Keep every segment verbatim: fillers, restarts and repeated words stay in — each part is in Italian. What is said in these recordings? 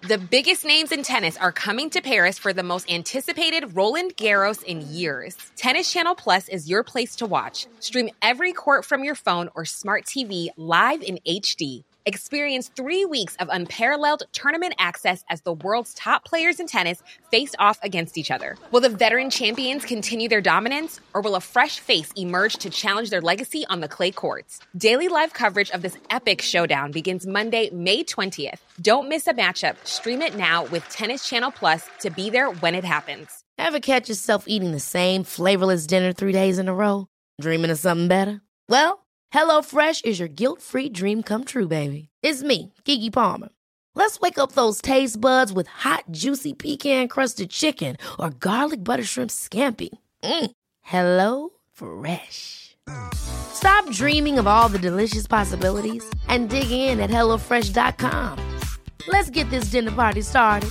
The biggest names in tennis are coming to Paris for the most anticipated Roland Garros in years. Tennis Channel Plus is your place to watch. Stream every court from your phone or smart T V live in H D. Experience three weeks of unparalleled tournament access as the world's top players in tennis face off against each other. Will the veteran champions continue their dominance, or will a fresh face emerge to challenge their legacy on the clay courts? Daily live coverage of this epic showdown begins Monday, May twentieth. Don't miss a matchup. Stream it now with Tennis Channel Plus to be there when it happens. Ever catch yourself eating the same flavorless dinner three days in a row? Dreaming of something better? Well, HelloFresh is your guilt-free dream come true, baby. It's me, Keke Palmer. Let's wake up those taste buds with hot, juicy pecan-crusted chicken or garlic butter shrimp scampi. Mm. Hello Fresh. Stop dreaming of all the delicious possibilities and dig in at hello fresh dot com. Let's get this dinner party started.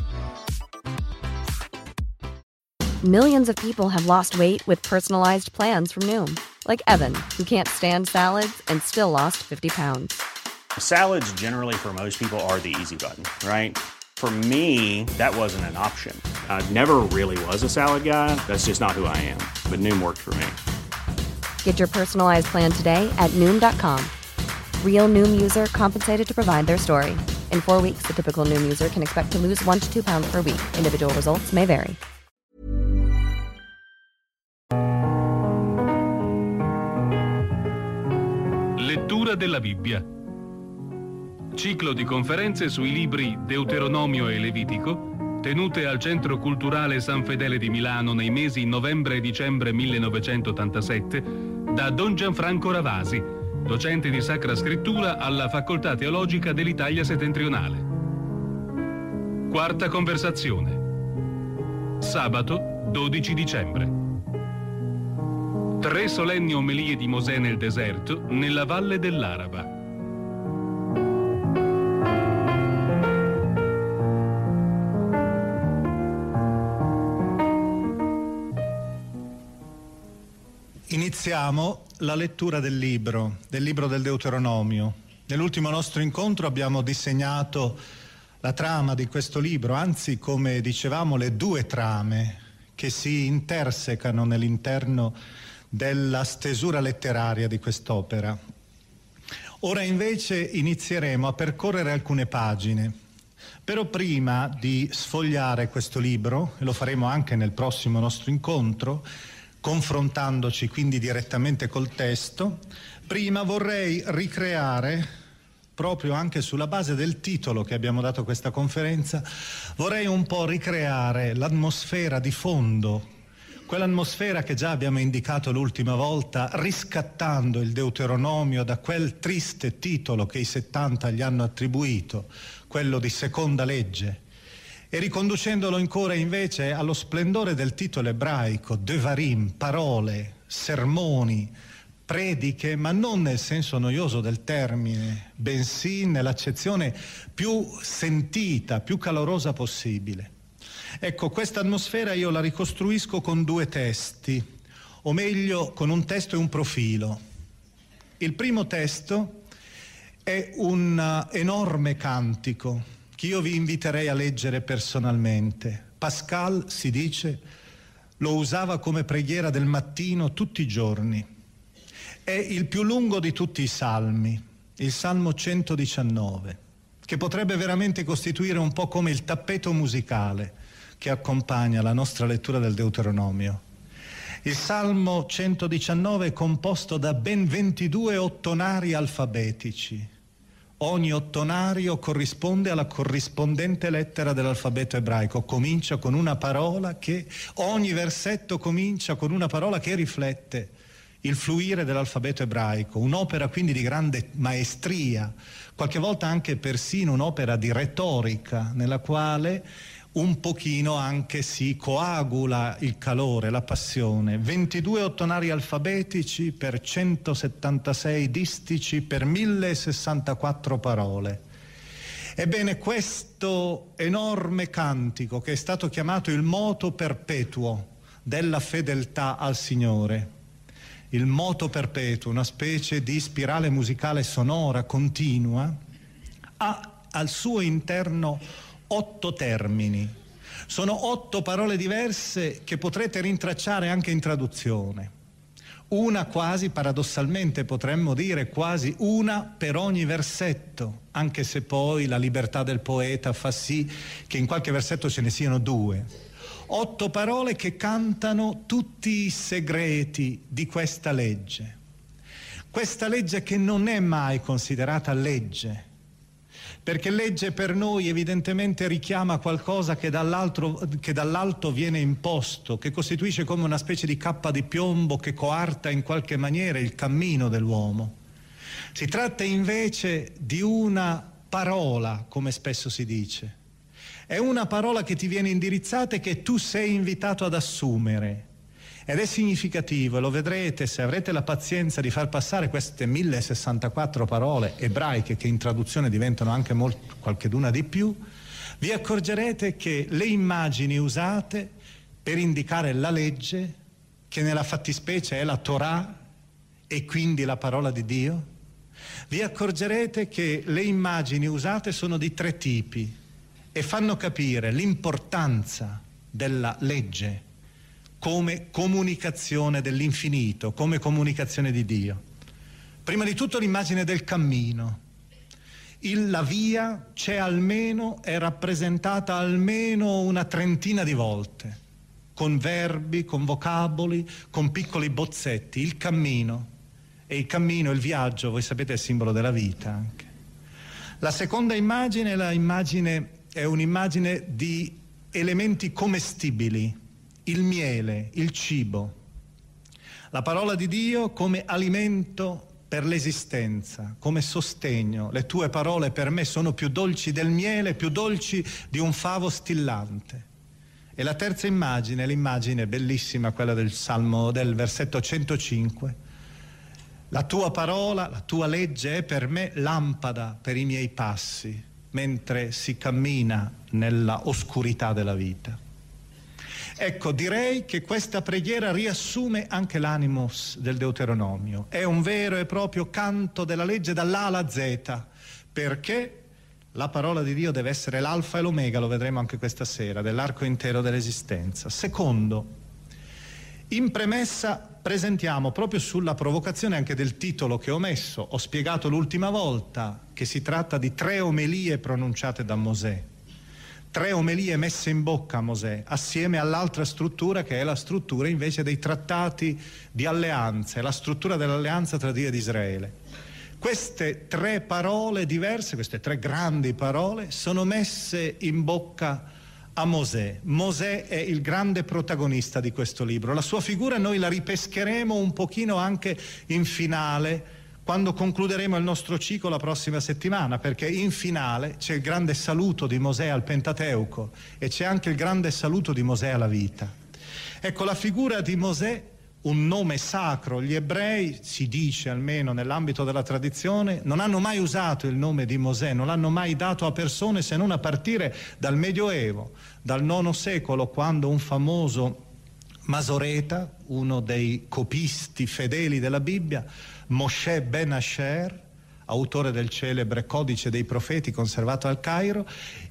Millions of people have lost weight with personalized plans from Noom. Like Evan, who can't stand salads and still lost fifty pounds. Salads generally for most people are the easy button, right? For me, that wasn't an option. I never really was a salad guy. That's just not who I am. But Noom worked for me. Get your personalized plan today at Noom dot com. Real Noom user compensated to provide their story. In four weeks, the typical Noom user can expect to lose one to two pounds per week. Individual results may vary. Lettura della Bibbia. Ciclo di conferenze sui libri Deuteronomio e Levitico, tenute al Centro Culturale San Fedele di Milano nei mesi novembre e dicembre millenovecentottantasette da Don Gianfranco Ravasi, docente di Sacra Scrittura alla Facoltà Teologica dell'Italia Settentrionale. Quarta conversazione. Sabato dodici dicembre. Tre solenni omelie di Mosè nel deserto, nella valle dell'Araba. Iniziamo la lettura del libro, del libro del Deuteronomio. Nell'ultimo nostro incontro abbiamo disegnato la trama di questo libro, anzi, come dicevamo, le due trame che si intersecano nell'interno della stesura letteraria di quest'opera. Ora invece inizieremo a percorrere alcune pagine. Però prima di sfogliare questo libro, e lo faremo anche nel prossimo nostro incontro, confrontandoci quindi direttamente col testo, prima vorrei ricreare, proprio anche sulla base del titolo che abbiamo dato a questa conferenza, vorrei un po' ricreare l'atmosfera di fondo, quell'atmosfera che già abbiamo indicato l'ultima volta, riscattando il Deuteronomio da quel triste titolo che i settanta gli hanno attribuito, quello di seconda legge, e riconducendolo ancora invece allo splendore del titolo ebraico, Devarim, parole, sermoni, prediche, ma non nel senso noioso del termine, bensì nell'accezione più sentita, più calorosa possibile. Ecco, questa atmosfera io la ricostruisco con due testi, o meglio con un testo e un profilo. Il primo testo è un enorme cantico che io vi inviterei a leggere personalmente. Pascal, si dice, lo usava come preghiera del mattino tutti i giorni. È il più lungo di tutti i salmi, il Salmo centodiciannove, che potrebbe veramente costituire un po' come il tappeto musicale che accompagna la nostra lettura del Deuteronomio. Il Salmo centodiciannove è composto da ben ventidue ottonari alfabetici. Ogni ottonario corrisponde alla corrispondente lettera dell'alfabeto ebraico, comincia con una parola che, ogni versetto comincia con una parola che riflette il fluire dell'alfabeto ebraico, un'opera quindi di grande maestria, qualche volta anche persino un'opera di retorica, nella quale un pochino anche si coagula il calore, la passione. ventidue ottonari alfabetici per centosettantasei distici per mille sessantaquattro parole. Ebbene, questo enorme cantico, che è stato chiamato il moto perpetuo della fedeltà al Signore, il moto perpetuo, una specie di spirale musicale sonora continua, ha al suo interno otto termini. Sono otto parole diverse che potrete rintracciare anche in traduzione. Una quasi, paradossalmente potremmo dire, quasi una per ogni versetto, anche se poi la libertà del poeta fa sì che in qualche versetto ce ne siano due. Otto parole che cantano tutti i segreti di questa legge. Questa legge che non è mai considerata legge, perché legge per noi evidentemente richiama qualcosa che dall'altro, che dall'alto viene imposto, che costituisce come una specie di cappa di piombo che coarta in qualche maniera il cammino dell'uomo. Si tratta invece di una parola, come spesso si dice. È una parola che ti viene indirizzata e che tu sei invitato ad assumere. Ed è significativo, e lo vedrete se avrete la pazienza di far passare queste mille sessantaquattro parole ebraiche, che in traduzione diventano anche molto, qualcheduna di più, vi accorgerete che le immagini usate per indicare la legge, che nella fattispecie è la Torah e quindi la parola di Dio, vi accorgerete che le immagini usate sono di tre tipi e fanno capire l'importanza della legge come comunicazione dell'infinito, come comunicazione di Dio. Prima di tutto l'immagine del cammino. Il, la via c'è almeno, è rappresentata almeno una trentina di volte, con verbi, con vocaboli, con piccoli bozzetti. Il cammino. E il cammino, il viaggio, voi sapete, è il simbolo della vita anche. La seconda immagine, la immagine, è un'immagine di elementi commestibili. Il miele, il cibo, la parola di Dio come alimento per l'esistenza, come sostegno. Le tue parole per me sono più dolci del miele, più dolci di un favo stillante. E la terza immagine, l'immagine bellissima, quella del Salmo, del versetto centocinque. La tua parola, la tua legge è per me lampada per i miei passi, mentre si cammina nella oscurità della vita. Ecco, direi che questa preghiera riassume anche l'animos del Deuteronomio. È un vero e proprio canto della legge dall'A alla Z, perché la parola di Dio deve essere l'alfa e l'omega, lo vedremo anche questa sera, dell'arco intero dell'esistenza. Secondo, in premessa presentiamo, proprio sulla provocazione anche del titolo che ho messo, ho spiegato l'ultima volta che si tratta di tre omelie pronunciate da Mosè. Tre omelie messe in bocca a Mosè, assieme all'altra struttura che è la struttura invece dei trattati di alleanza, è la struttura dell'alleanza tra Dio ed Israele. Queste tre parole diverse, queste tre grandi parole, sono messe in bocca a Mosè. Mosè è il grande protagonista di questo libro. La sua figura noi la ripescheremo un pochino anche in finale, quando concluderemo il nostro ciclo la prossima settimana, perché in finale c'è il grande saluto di Mosè al Pentateuco e c'è anche il grande saluto di Mosè alla vita. Ecco, la figura di Mosè, un nome sacro, gli ebrei, si dice almeno nell'ambito della tradizione, non hanno mai usato il nome di Mosè, non l'hanno mai dato a persone se non a partire dal Medioevo, dal nono secolo, quando un famoso Masoreta, uno dei copisti fedeli della Bibbia, Moshe ben Asher, autore del celebre Codice dei Profeti conservato al Cairo,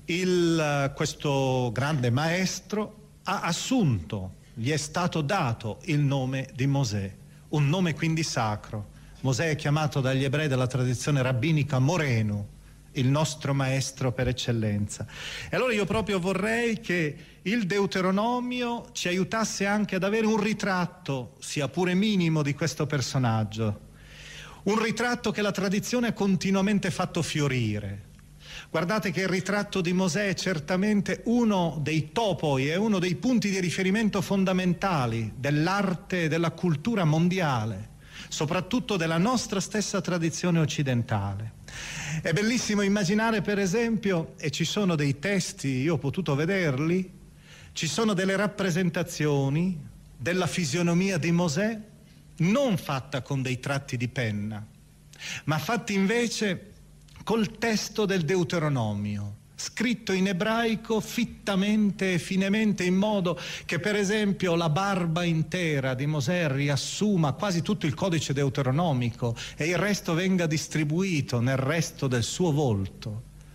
il, questo grande maestro ha assunto, gli è stato dato il nome di Mosè, un nome quindi sacro. Mosè è chiamato dagli ebrei della tradizione rabbinica Morenu, il nostro maestro per eccellenza. E allora io proprio vorrei che il Deuteronomio ci aiutasse anche ad avere un ritratto, sia pure minimo, di questo personaggio. Un ritratto che la tradizione ha continuamente fatto fiorire. Guardate che il ritratto di Mosè è certamente uno dei topoi, è uno dei punti di riferimento fondamentali dell'arte e della cultura mondiale, soprattutto della nostra stessa tradizione occidentale. È bellissimo immaginare, per esempio, e ci sono dei testi, io ho potuto vederli, ci sono delle rappresentazioni della fisionomia di Mosè non fatta con dei tratti di penna, ma fatti invece col testo del Deuteronomio, scritto in ebraico fittamente e finemente, in modo che per esempio la barba intera di Mosè riassuma quasi tutto il codice deuteronomico e il resto venga distribuito nel resto del suo volto.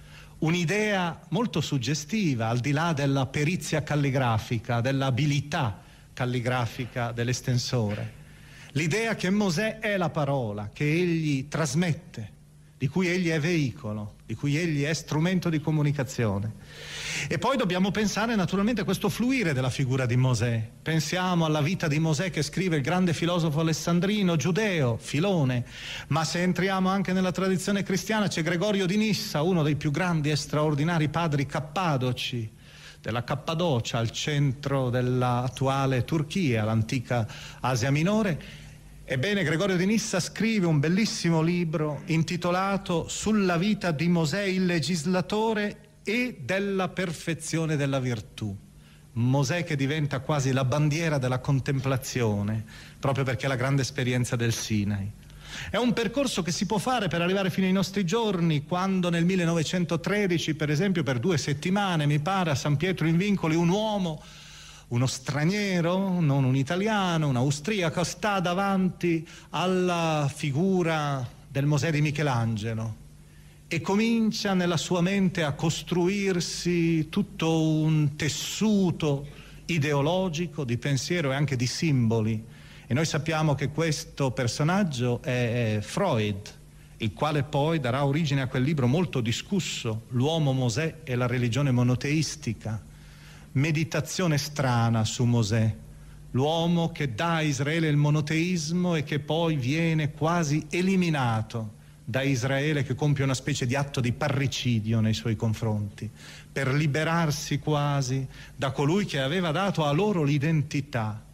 un'idea molto suggestiva, al di là della perizia calligrafica, dell'abilità calligrafica dell'estensore. L'idea che Mosè è la parola, che egli trasmette, di cui egli è veicolo, di cui egli è strumento di comunicazione. E poi dobbiamo pensare naturalmente a questo fluire della figura di Mosè. Pensiamo alla vita di Mosè che scrive il grande filosofo alessandrino giudeo, Filone, ma se entriamo anche nella tradizione cristiana c'è Gregorio di Nissa, uno dei più grandi e straordinari padri cappadoci della Cappadocia, al centro dell'attuale Turchia, l'antica Asia Minore. Ebbene, Gregorio di Nissa scrive un bellissimo libro intitolato Sulla vita di Mosè il legislatore e della perfezione della virtù. Mosè che diventa quasi la bandiera della contemplazione, proprio perché è la grande esperienza del Sinai. È un percorso che si può fare per arrivare fino ai nostri giorni, quando nel millenovecentotredici, per esempio, per due settimane, mi pare, a San Pietro in Vincoli, un uomo, uno straniero, non un italiano, un austriaco, sta davanti alla figura del Mosè di Michelangelo e comincia nella sua mente a costruirsi tutto un tessuto ideologico, di pensiero e anche di simboli. E noi sappiamo che questo personaggio è Freud, il quale poi darà origine a quel libro molto discusso, L'uomo Mosè e la religione monoteistica. Meditazione strana su Mosè, l'uomo che dà a Israele il monoteismo e che poi viene quasi eliminato da Israele, che compie una specie di atto di parricidio nei suoi confronti, per liberarsi quasi da colui che aveva dato a loro l'identità.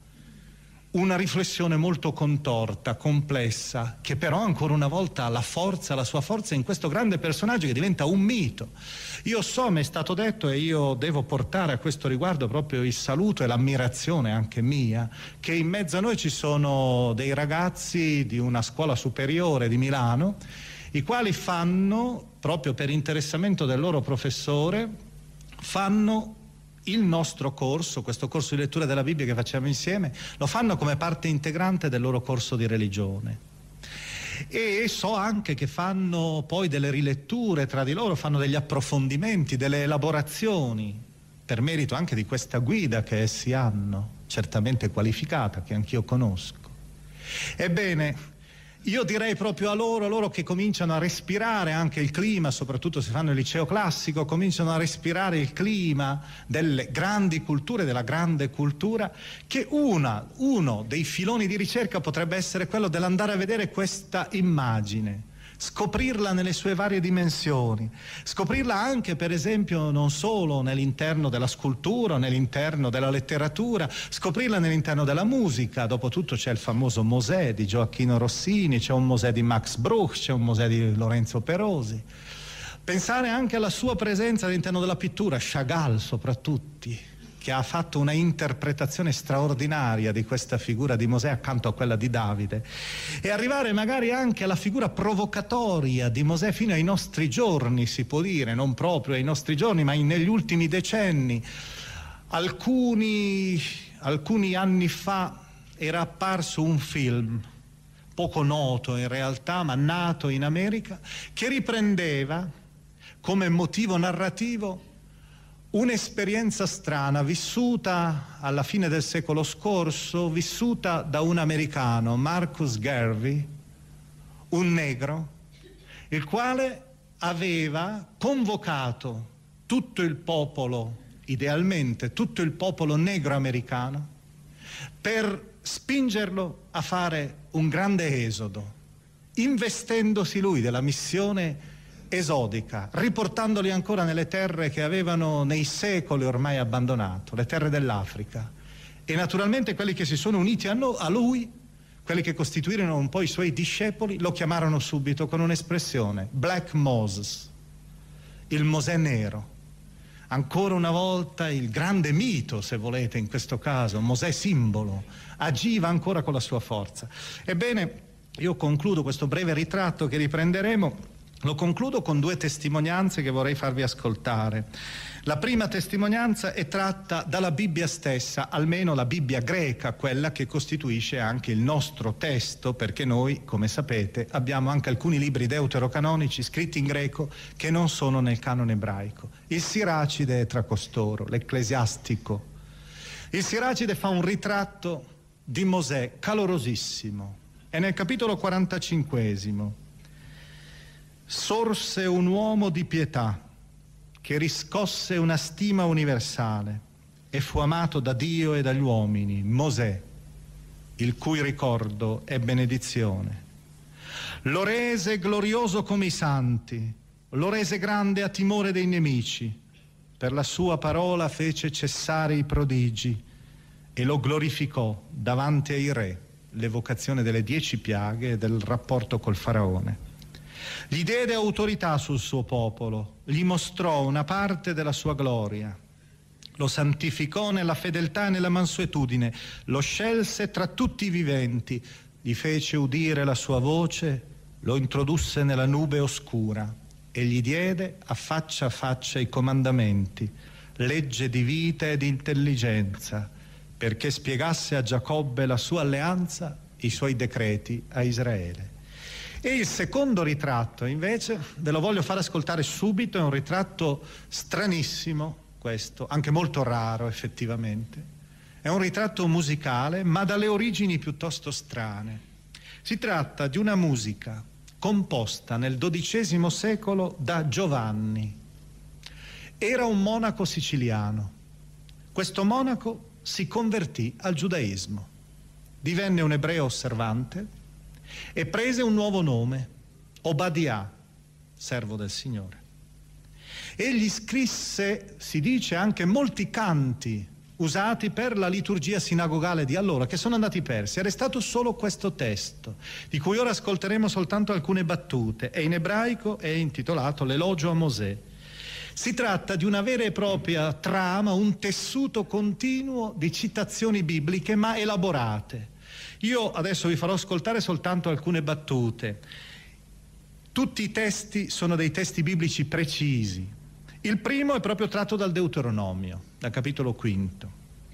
Una riflessione molto contorta, complessa, che però ancora una volta ha la forza, la sua forza in questo grande personaggio che diventa un mito. Io so, mi è stato detto, e io devo portare a questo riguardo proprio il saluto e l'ammirazione anche mia, che in mezzo a noi ci sono dei ragazzi di una scuola superiore di Milano, i quali fanno, proprio per interessamento del loro professore, fanno il nostro corso, questo corso di lettura della Bibbia che facciamo insieme, lo fanno come parte integrante del loro corso di religione. E so anche che fanno poi delle riletture tra di loro, fanno degli approfondimenti, delle elaborazioni, per merito anche di questa guida che essi hanno, certamente qualificata, che anch'io conosco. Ebbene, io direi proprio a loro, loro che cominciano a respirare anche il clima, soprattutto se fanno il liceo classico, cominciano a respirare il clima delle grandi culture, della grande cultura, che una, uno dei filoni di ricerca potrebbe essere quello dell'andare a vedere questa immagine, scoprirla nelle sue varie dimensioni, scoprirla anche per esempio non solo nell'interno della scultura, nell'interno della letteratura, scoprirla nell'interno della musica. Dopotutto c'è il famoso Mosè di Gioacchino Rossini, c'è un Mosè di Max Bruch, c'è un Mosè di Lorenzo Perosi. Pensare anche alla sua presenza all'interno della pittura, Chagall soprattutto, che ha fatto una interpretazione straordinaria di questa figura di Mosè accanto a quella di Davide, e arrivare magari anche alla figura provocatoria di Mosè fino ai nostri giorni, si può dire, non proprio ai nostri giorni, ma negli ultimi decenni. Alcuni, alcuni anni fa era apparso un film, poco noto in realtà, ma nato in America, che riprendeva come motivo narrativo un'esperienza strana vissuta alla fine del secolo scorso, vissuta da un americano, Marcus Garvey, un negro, il quale aveva convocato tutto il popolo, idealmente tutto il popolo negro americano, per spingerlo a fare un grande esodo, investendosi lui della missione esodica, riportandoli ancora nelle terre che avevano nei secoli ormai abbandonato, le terre dell'Africa. E naturalmente quelli che si sono uniti a, no, a lui, quelli che costituirono un po' i suoi discepoli, lo chiamarono subito con un'espressione, Black Moses, il Mosè nero. Ancora una volta il grande mito, se volete, in questo caso, Mosè simbolo, agiva ancora con la sua forza. Ebbene, io concludo questo breve ritratto che riprenderemo Lo concludo con due testimonianze che vorrei farvi ascoltare. La prima testimonianza è tratta dalla Bibbia stessa, almeno la Bibbia greca, quella che costituisce anche il nostro testo, perché noi, come sapete, abbiamo anche alcuni libri deuterocanonici scritti in greco che non sono nel canone ebraico. Il Siracide è tra costoro, l'Ecclesiastico. Il Siracide fa un ritratto di Mosè calorosissimo. È nel capitolo quarantacinquesimo. Sorse un uomo di pietà che riscosse una stima universale e fu amato da Dio e dagli uomini, Mosè, il cui ricordo è benedizione. Lo rese glorioso come i santi, lo rese grande a timore dei nemici, per la sua parola fece cessare i prodigi e lo glorificò davanti ai re, l'evocazione delle dieci piaghe e del rapporto col faraone. Gli diede autorità sul suo popolo, gli mostrò una parte della sua gloria, lo santificò nella fedeltà e nella mansuetudine, lo scelse tra tutti i viventi, gli fece udire la sua voce, lo introdusse nella nube oscura e gli diede a faccia a faccia i comandamenti, legge di vita e di intelligenza, perché spiegasse a Giacobbe la sua alleanza, i suoi decreti a Israele. E il secondo ritratto, invece, ve lo voglio far ascoltare subito, è un ritratto stranissimo, questo, anche molto raro effettivamente. È un ritratto musicale, ma dalle origini piuttosto strane. Si tratta di una musica composta nel dodicesimo secolo da Giovanni. Era un monaco siciliano. Questo monaco si convertì al giudaismo, divenne un ebreo osservante e prese un nuovo nome, Obadia, servo del Signore. Egli scrisse, si dice, anche molti canti usati per la liturgia sinagogale di allora, che sono andati persi. È restato solo questo testo, di cui ora ascolteremo soltanto alcune battute. È in ebraico, è intitolato L'elogio a Mosè. Si tratta di una vera e propria trama, un tessuto continuo di citazioni bibliche, ma elaborate. Io adesso vi farò ascoltare soltanto alcune battute. Tutti i testi sono dei testi biblici precisi. Il primo è proprio tratto dal Deuteronomio, dal capitolo quinto,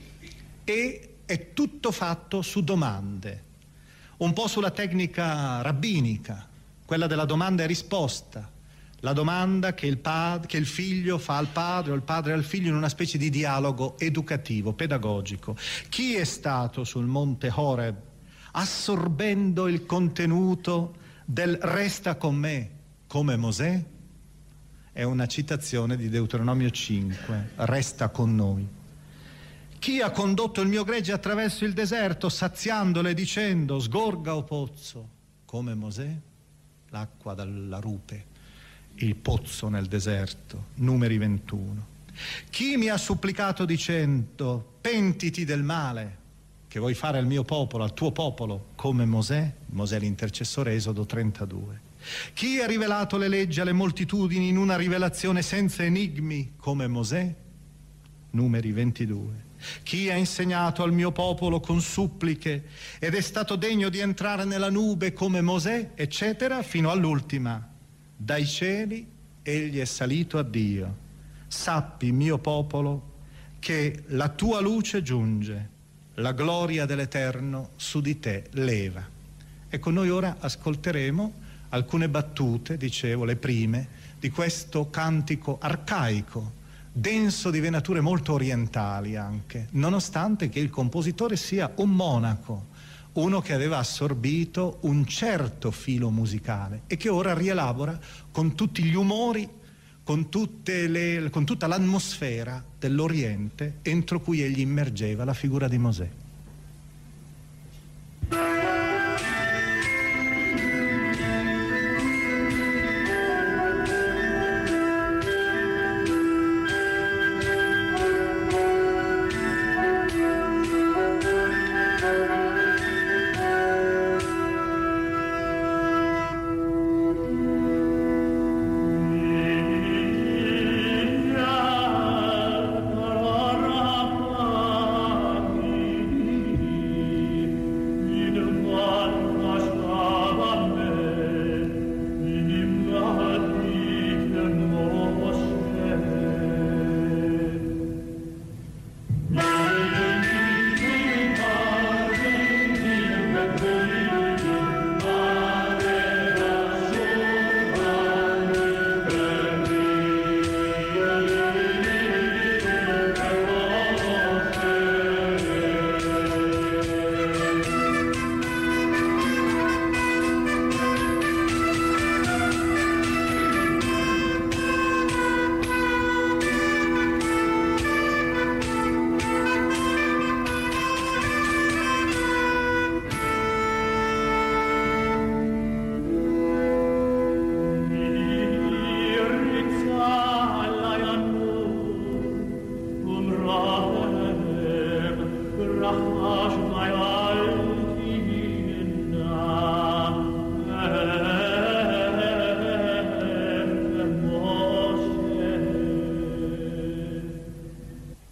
e è tutto fatto su domande, un po' sulla tecnica rabbinica, quella della domanda e risposta, la domanda che il, pad- che il figlio fa al padre o il padre al figlio in una specie di dialogo educativo, pedagogico. Chi è stato sul monte Horeb assorbendo il contenuto del resta con me come Mosè? È una citazione di Deuteronomio cinque, resta con noi. Chi ha condotto il mio gregge attraverso il deserto, saziandole dicendo sgorga o pozzo, come Mosè? L'acqua dalla rupe, il pozzo nel deserto, Numeri ventuno. Chi mi ha supplicato dicendo pentiti del male che vuoi fare al mio popolo, al tuo popolo, come Mosè? Mosè l'intercessore, Esodo trentadue. Chi ha rivelato le leggi alle moltitudini in una rivelazione senza enigmi, come Mosè? Numeri ventidue. Chi ha insegnato al mio popolo con suppliche ed è stato degno di entrare nella nube come Mosè, eccetera, fino all'ultima. Dai cieli egli è salito a Dio. Sappi, mio popolo, che la tua luce giunge, la gloria dell'Eterno su di te leva. Ecco, noi ora ascolteremo alcune battute, dicevo, le prime, di questo cantico arcaico, denso di venature molto orientali anche, nonostante che il compositore sia un monaco, uno che aveva assorbito un certo filo musicale e che ora rielabora con tutti gli umori, con, tutte le, con tutta l'atmosfera dell'Oriente entro cui egli immergeva la figura di Mosè.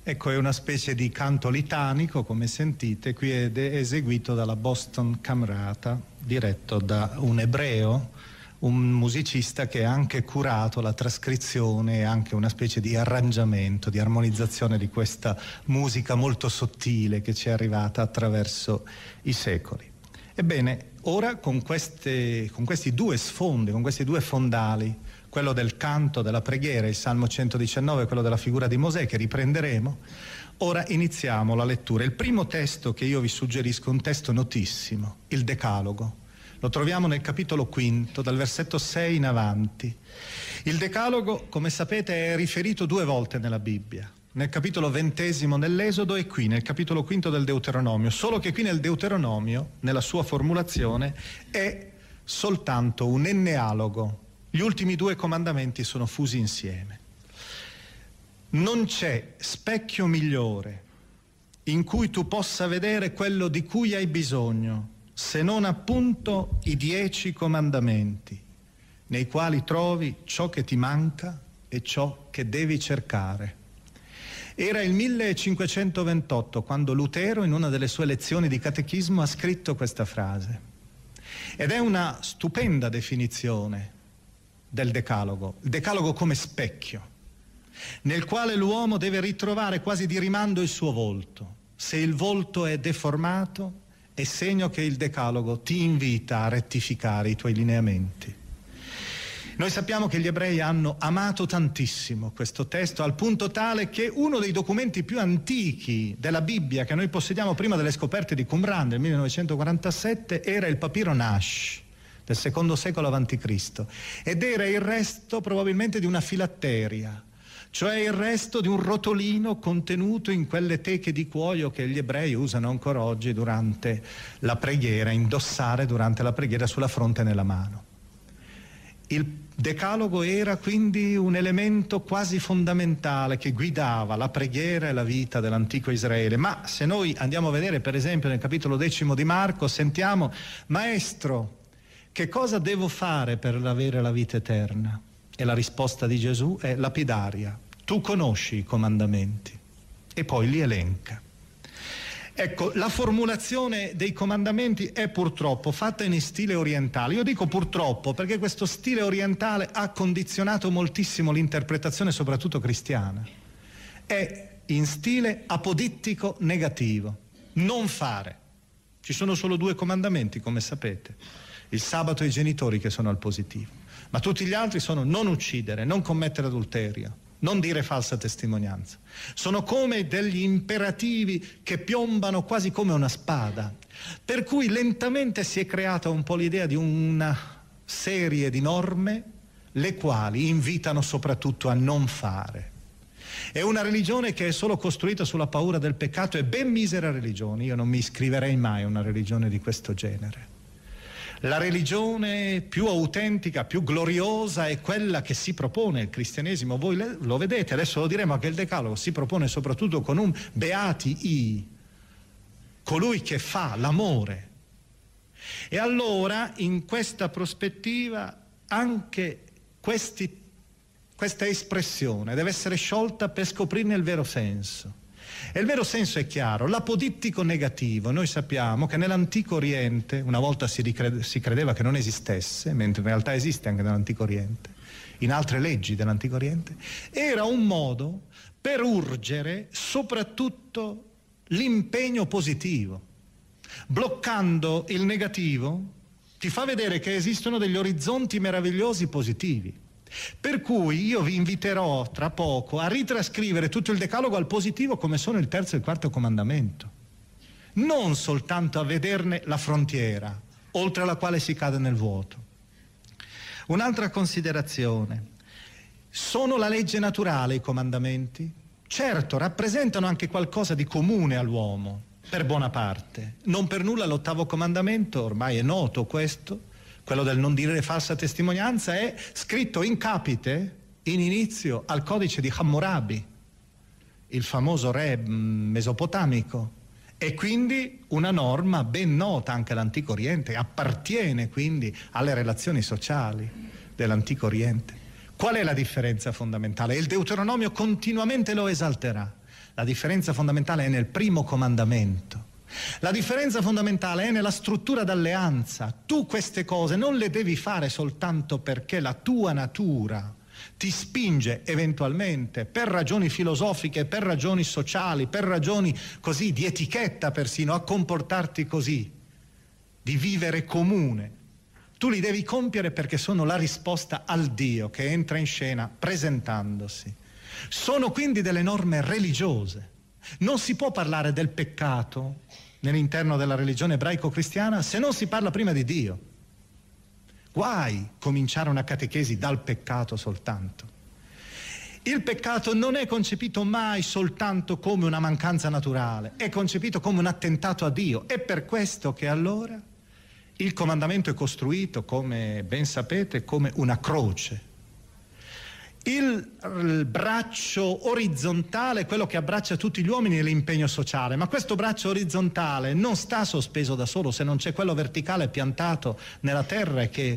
Ecco, è una specie di canto litanico, come sentite, qui è eseguito dalla Boston Camerata, diretto da un ebreo, un musicista che ha anche curato la trascrizione e anche una specie di arrangiamento, di armonizzazione di questa musica molto sottile che ci è arrivata attraverso i secoli. Ebbene, ora con, queste, con questi due sfondi, con questi due fondali, quello del canto, della preghiera, il Salmo centodiciannove, quello della figura di Mosè, che riprenderemo, ora iniziamo la lettura. Il primo testo che io vi suggerisco è un testo notissimo, il Decalogo. Lo troviamo nel capitolo quinto, dal versetto sei in avanti. Il Decalogo, come sapete, è riferito due volte nella Bibbia, nel capitolo ventesimo nell'Esodo e qui nel capitolo quinto del Deuteronomio, solo che qui nel Deuteronomio, nella sua formulazione, è soltanto un ennealogo. Gli ultimi due comandamenti sono fusi insieme. Non c'è specchio migliore in cui tu possa vedere quello di cui hai bisogno, se non appunto i dieci comandamenti, nei quali trovi ciò che ti manca e ciò che devi cercare. Era il millecinquecentoventotto quando Lutero, in una delle sue lezioni di catechismo, ha scritto questa frase. Ed è una stupenda definizione del Decalogo, il Decalogo come specchio, nel quale l'uomo deve ritrovare quasi di rimando il suo volto. Se il volto è deformato, è segno che il Decalogo ti invita a rettificare i tuoi lineamenti. Noi sappiamo che gli ebrei hanno amato tantissimo questo testo, al punto tale che uno dei documenti più antichi della Bibbia che noi possediamo prima delle scoperte di Qumran del millenovecentoquarantasette era il papiro Nash del secondo secolo avanti Cristo ed era il resto probabilmente di una filatteria, cioè il resto di un rotolino contenuto in quelle teche di cuoio che gli ebrei usano ancora oggi durante la preghiera, indossare durante la preghiera sulla fronte e nella mano. Il Decalogo era quindi un elemento quasi fondamentale che guidava la preghiera e la vita dell'antico Israele. Ma se noi andiamo a vedere per esempio nel capitolo decimo di Marco, sentiamo: Maestro, che cosa devo fare per avere la vita eterna? E la risposta di Gesù è lapidaria: tu conosci i comandamenti, e poi li elenca. Ecco, la formulazione dei comandamenti è purtroppo fatta in stile orientale. Io dico purtroppo perché questo stile orientale ha condizionato moltissimo l'interpretazione, soprattutto cristiana. È in stile apodittico negativo, non fare. Ci sono solo due comandamenti, come sapete, il sabato e i genitori, che sono al positivo, ma tutti gli altri sono non uccidere, non commettere adulterio, non dire falsa testimonianza. Sono come degli imperativi che piombano quasi come una spada, per cui lentamente si è creata un po' l'idea di una serie di norme le quali invitano soprattutto a non fare. È una religione che è solo costruita sulla paura del peccato, e ben misera religione. Io non mi iscriverei mai a una religione di questo genere. La religione più autentica, più gloriosa è quella che si propone il cristianesimo. Voi lo vedete, adesso lo diremo, che il Decalogo si propone soprattutto con un beati i, colui che fa l'amore. E allora in questa prospettiva anche questi, questa espressione deve essere sciolta per scoprirne il vero senso. E il vero senso è chiaro, l'apodittico negativo. Noi sappiamo che nell'Antico Oriente, una volta si, ricrede, si credeva che non esistesse, mentre in realtà esiste anche nell'Antico Oriente, in altre leggi dell'Antico Oriente, era un modo per urgere soprattutto l'impegno positivo. Bloccando il negativo ti fa vedere che esistono degli orizzonti meravigliosi positivi. Per cui io vi inviterò tra poco a ritrascrivere tutto il Decalogo al positivo, come sono il terzo e il quarto comandamento, non soltanto a vederne la frontiera oltre la quale si cade nel vuoto. Un'altra considerazione: sono la legge naturale i comandamenti? Certo, rappresentano anche qualcosa di comune all'uomo per buona parte. Non per nulla l'ottavo comandamento, ormai è noto questo, quello del non dire falsa testimonianza, è scritto in capite in inizio al codice di Hammurabi, il famoso re mesopotamico, e quindi una norma ben nota anche all'Antico Oriente, appartiene quindi alle relazioni sociali dell'Antico Oriente. Qual è la differenza fondamentale? Il Deuteronomio continuamente lo esalterà. La differenza fondamentale è nel primo comandamento. La differenza fondamentale è nella struttura d'alleanza. Tu queste cose non le devi fare soltanto perché la tua natura ti spinge eventualmente, per ragioni filosofiche, per ragioni sociali, per ragioni così di etichetta persino, a comportarti così, di vivere comune. Tu li devi compiere perché sono la risposta al Dio che entra in scena presentandosi. Sono quindi delle norme religiose. Non si può parlare del peccato nell'interno della religione ebraico-cristiana se non si parla prima di Dio. Guai cominciare una catechesi dal peccato soltanto. Il peccato non è concepito mai soltanto come una mancanza naturale, è concepito come un attentato a Dio. È per questo che allora il comandamento è costruito, come ben sapete, come una croce. Il, il braccio orizzontale, quello che abbraccia tutti gli uomini, è l'impegno sociale, ma questo braccio orizzontale non sta sospeso da solo se non c'è quello verticale piantato nella terra che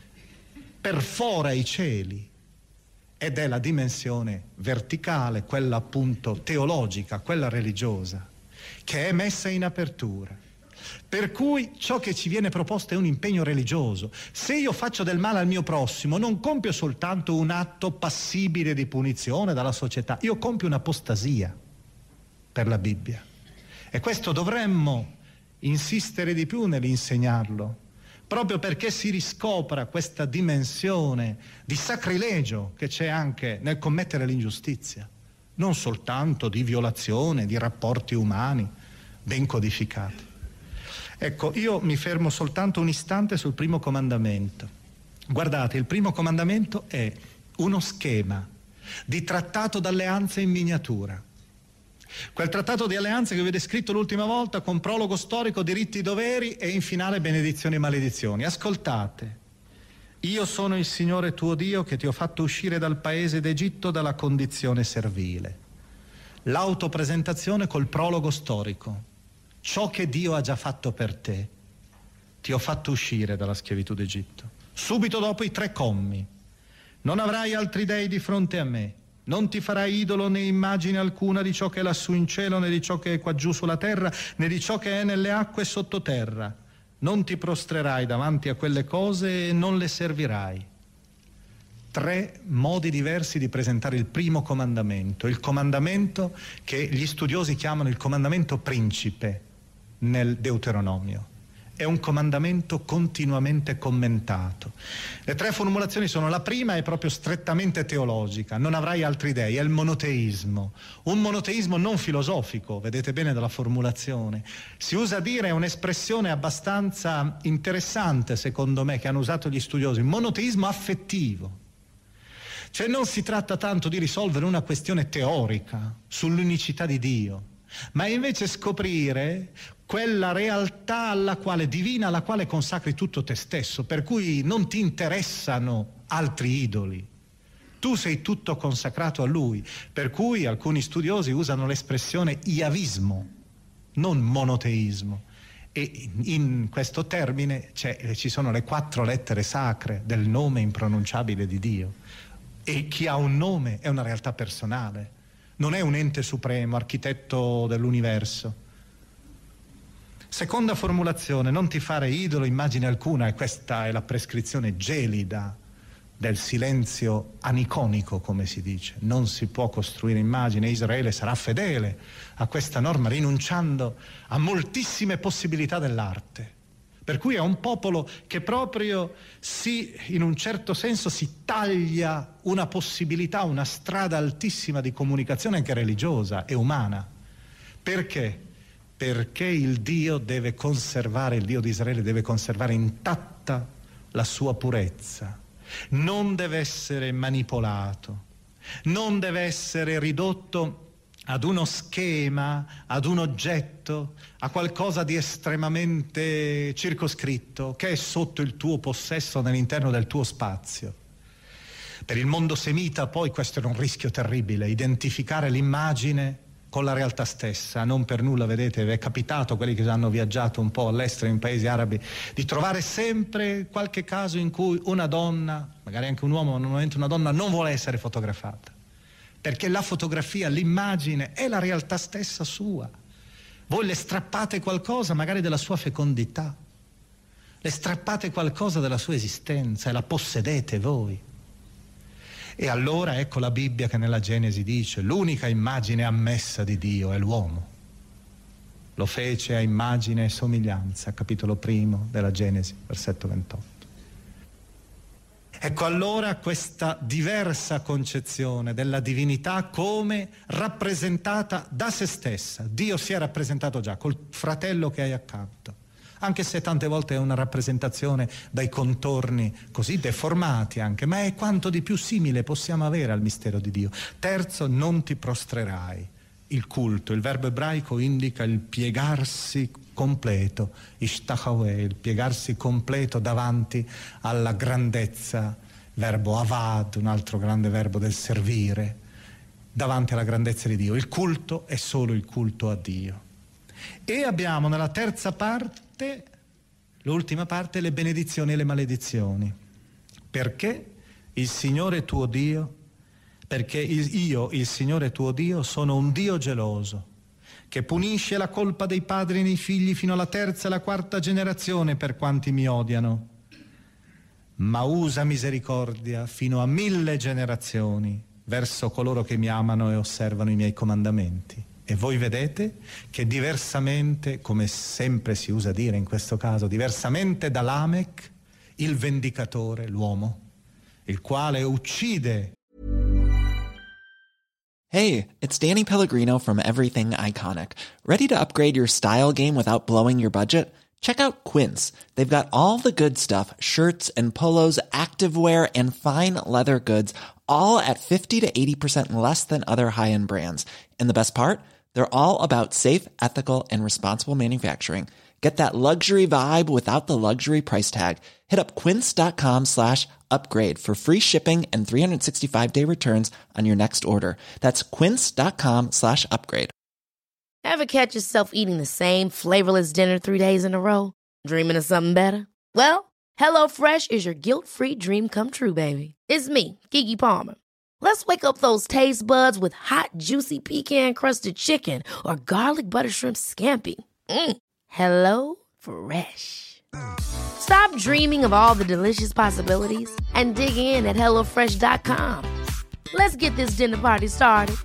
perfora i cieli, ed è la dimensione verticale, quella appunto teologica, quella religiosa, che è messa in apertura. Per cui ciò che ci viene proposto è un impegno religioso. Se io faccio del male al mio prossimo, non compio soltanto un atto passibile di punizione dalla società, io compio un'apostasia per la Bibbia. E questo dovremmo insistere di più nell'insegnarlo, proprio perché si riscopra questa dimensione di sacrilegio che c'è anche nel commettere l'ingiustizia, non soltanto di violazione di rapporti umani ben codificati. Ecco, io mi fermo soltanto un istante sul primo comandamento. Guardate, il primo comandamento è uno schema di trattato d'alleanza in miniatura. Quel trattato di alleanza che vi ho descritto l'ultima volta, con prologo storico, diritti, doveri e in finale benedizioni e maledizioni. Ascoltate: io sono il Signore tuo Dio che ti ho fatto uscire dal paese d'Egitto dalla condizione servile. L'autopresentazione col prologo storico. Ciò che Dio ha già fatto per te, ti ho fatto uscire dalla schiavitù d'Egitto. Subito dopo i tre commi: non avrai altri dei di fronte a me, non ti farai idolo né immagine alcuna di ciò che è lassù in cielo, né di ciò che è qua giù sulla terra, né di ciò che è nelle acque sottoterra. Non ti prostrerai davanti a quelle cose e non le servirai. Tre modi diversi di presentare il primo comandamento, il comandamento che gli studiosi chiamano il comandamento principe nel Deuteronomio. È un comandamento continuamente commentato. Le tre formulazioni sono: la prima è proprio strettamente teologica, non avrai altri dei, è il monoteismo, un monoteismo non filosofico, vedete bene dalla formulazione. Si usa dire, è un'espressione abbastanza interessante secondo me che hanno usato gli studiosi, monoteismo affettivo. Cioè non si tratta tanto di risolvere una questione teorica sull'unicità di Dio, ma invece scoprire quella realtà alla quale, divina, alla quale consacri tutto te stesso, per cui non ti interessano altri idoli. Tu sei tutto consacrato a Lui, per cui alcuni studiosi usano l'espressione iavismo, non monoteismo. E in questo termine c'è, ci sono le quattro lettere sacre del nome impronunciabile di Dio. E chi ha un nome è una realtà personale, non è un ente supremo, architetto dell'universo. Seconda formulazione: non ti fare idolo, immagine alcuna, e questa è la prescrizione gelida del silenzio aniconico, come si dice. Non si può costruire immagine. Israele sarà fedele a questa norma, rinunciando a moltissime possibilità dell'arte. Per cui è un popolo che proprio si, in un certo senso, si taglia una possibilità, una strada altissima di comunicazione anche religiosa e umana. Perché? Perché il Dio deve conservare, il Dio di Israele deve conservare intatta la sua purezza. Non deve essere manipolato, non deve essere ridotto ad uno schema, ad un oggetto, a qualcosa di estremamente circoscritto che è sotto il tuo possesso, nell'interno del tuo spazio. Per il mondo semita poi questo era un rischio terribile, identificare l'immagine con la realtà stessa. Non per nulla, vedete, vi è capitato, quelli che hanno viaggiato un po' all'estero in paesi arabi, di trovare sempre qualche caso in cui una donna, magari anche un uomo, ma normalmente una donna, non vuole essere fotografata, perché la fotografia, l'immagine è la realtà stessa sua. Voi le strappate qualcosa magari della sua fecondità, le strappate qualcosa della sua esistenza e la possedete voi. E allora ecco la Bibbia che nella Genesi dice: l'unica immagine ammessa di Dio è l'uomo. Lo fece a immagine e somiglianza, capitolo primo della Genesi, versetto ventotto. Ecco allora questa diversa concezione della divinità come rappresentata da se stessa. Dio si è rappresentato già col fratello che hai accanto, anche se tante volte è una rappresentazione dai contorni così deformati anche, ma è quanto di più simile possiamo avere al mistero di Dio. Terzo, non ti prostrerai. Il culto, il verbo ebraico indica il piegarsi completo, ishtachaweh, il piegarsi completo davanti alla grandezza, verbo avad, un altro grande verbo del servire, davanti alla grandezza di Dio. Il culto è solo il culto a Dio. E abbiamo nella terza parte, l'ultima parte, le benedizioni e le maledizioni. Perché il Signore tuo Dio Perché io, il Signore tuo Dio, sono un Dio geloso, che punisce la colpa dei padri nei figli fino alla terza e alla quarta generazione per quanti mi odiano, ma usa misericordia fino a mille generazioni verso coloro che mi amano e osservano i miei comandamenti. E voi vedete che diversamente, come sempre si usa dire in questo caso, diversamente da Lamech, il vendicatore, l'uomo, il quale uccide. Hey, it's Danny Pellegrino from Everything Iconic. Ready to upgrade your style game without blowing your budget? Check out Quince. They've got all the good stuff, shirts and polos, activewear, and fine leather goods, all at fifty to eighty percent less than other high-end brands. And the best part? They're all about safe, ethical, and responsible manufacturing. Get that luxury vibe without the luxury price tag. Hit up quince.com slash upgrade for free shipping and three sixty-five day returns on your next order. That's quince.com slash upgrade. Ever catch yourself eating the same flavorless dinner three days in a row? Dreaming of something better? Well, HelloFresh is your guilt-free dream come true, baby. It's me, Keke Palmer. Let's wake up those taste buds with hot, juicy pecan-crusted chicken or garlic butter shrimp scampi. Mm. Hello Fresh. Stop dreaming of all the delicious possibilities and dig in at hello fresh dot com. Let's get this dinner party started.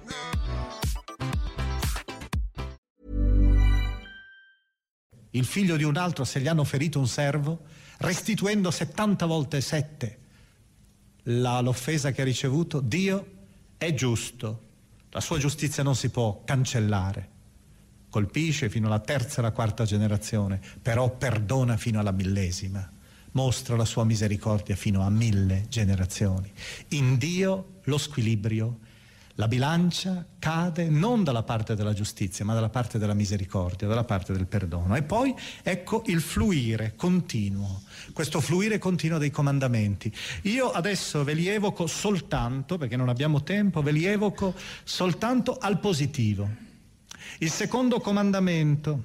Il figlio di un altro, se gli hanno ferito un servo, restituendo settanta volte sette la, l'offesa che ha ricevuto, Dio è giusto. La sua giustizia non si può cancellare. Colpisce fino alla terza e alla quarta generazione, però perdona fino alla millesima. Mostra la sua misericordia fino a mille generazioni. In Dio lo squilibrio, la bilancia cade non dalla parte della giustizia, ma dalla parte della misericordia, dalla parte del perdono. E poi ecco il fluire continuo, questo fluire continuo dei comandamenti. Io adesso ve li evoco soltanto, perché non abbiamo tempo, ve li evoco soltanto al positivo. Il secondo comandamento: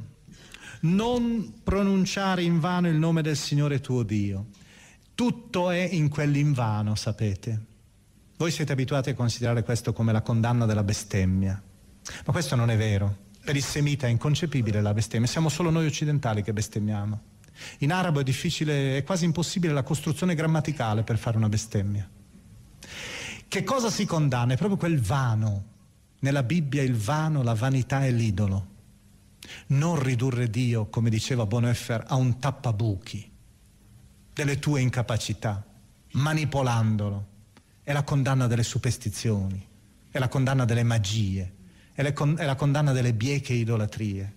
non pronunciare invano il nome del Signore tuo Dio. Tutto è in quell'invano, sapete. Voi siete abituati a considerare questo come la condanna della bestemmia, ma questo non è vero. Per il semita è inconcepibile la bestemmia, siamo solo noi occidentali che bestemmiamo. In arabo è difficile, è quasi impossibile la costruzione grammaticale per fare una bestemmia. Che cosa si condanna? È proprio quel vano. Nella Bibbia il vano, la vanità è l'idolo. Non ridurre Dio, come diceva Bonhoeffer, a un tappabuchi delle tue incapacità, manipolandolo. È la condanna delle superstizioni, è la condanna delle magie, è, le con- è la condanna delle bieche idolatrie.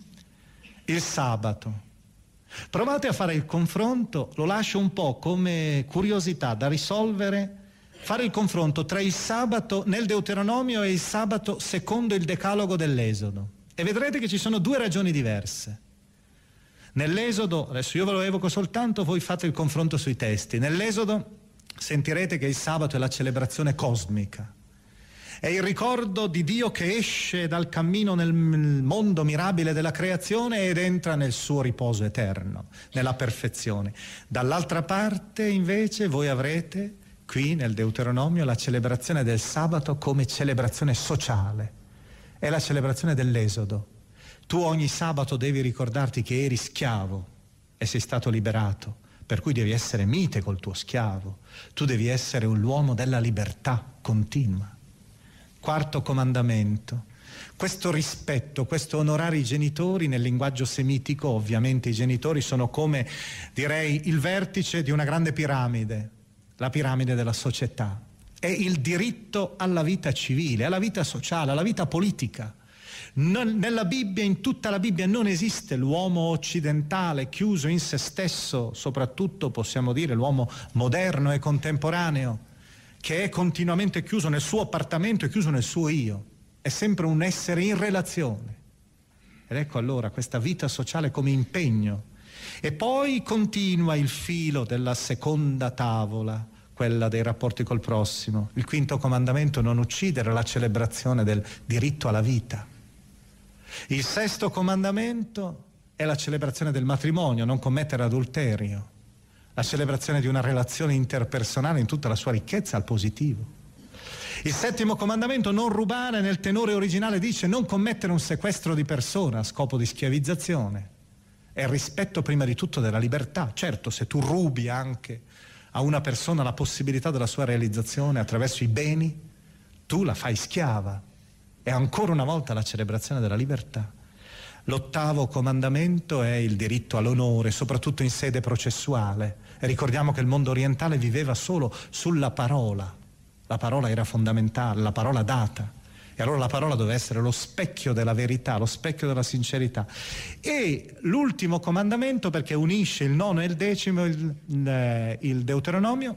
Il sabato. Provate a fare il confronto, lo lascio un po' come curiosità da risolvere, fare il confronto tra il sabato nel Deuteronomio e il sabato secondo il decalogo dell'Esodo. E vedrete che ci sono due ragioni diverse. Nell'Esodo, adesso io ve lo evoco soltanto, voi fate il confronto sui testi. Nell'Esodo sentirete che il sabato è la celebrazione cosmica. È il ricordo di Dio che esce dal cammino nel mondo mirabile della creazione ed entra nel suo riposo eterno, nella perfezione. Dall'altra parte, invece, voi avrete qui nel Deuteronomio la celebrazione del sabato come celebrazione sociale. È la celebrazione dell'Esodo. Tu ogni sabato devi ricordarti che eri schiavo e sei stato liberato, per cui devi essere mite col tuo schiavo. Tu devi essere un uomo della libertà continua. Quarto comandamento. Questo rispetto, questo onorare i genitori, nel linguaggio semitico ovviamente i genitori sono come, direi, il vertice di una grande piramide, la piramide della società. È il diritto alla vita civile, alla vita sociale, alla vita politica. Non, nella Bibbia, in tutta la Bibbia, non esiste l'uomo occidentale chiuso in se stesso, soprattutto possiamo dire l'uomo moderno e contemporaneo, che è continuamente chiuso nel suo appartamento e chiuso nel suo io. È sempre un essere in relazione. Ed ecco allora questa vita sociale come impegno. E poi continua il filo della seconda tavola, quella dei rapporti col prossimo. Il quinto comandamento: non uccidere, la celebrazione del diritto alla vita. Il sesto comandamento è la celebrazione del matrimonio, non commettere adulterio, la celebrazione di una relazione interpersonale in tutta la sua ricchezza al positivo. Il settimo comandamento: non rubare, nel tenore originale dice non commettere un sequestro di persona a scopo di schiavizzazione. È il rispetto prima di tutto della libertà. Certo, se tu rubi anche a una persona la possibilità della sua realizzazione attraverso i beni, tu la fai schiava. È ancora una volta la celebrazione della libertà. L'ottavo comandamento è il diritto all'onore, soprattutto in sede processuale. E ricordiamo che il mondo orientale viveva solo sulla parola. La parola era fondamentale, la parola data. E allora la parola doveva essere lo specchio della verità, lo specchio della sincerità. E l'ultimo comandamento, perché unisce il nono e il decimo, il, il, il Deuteronomio,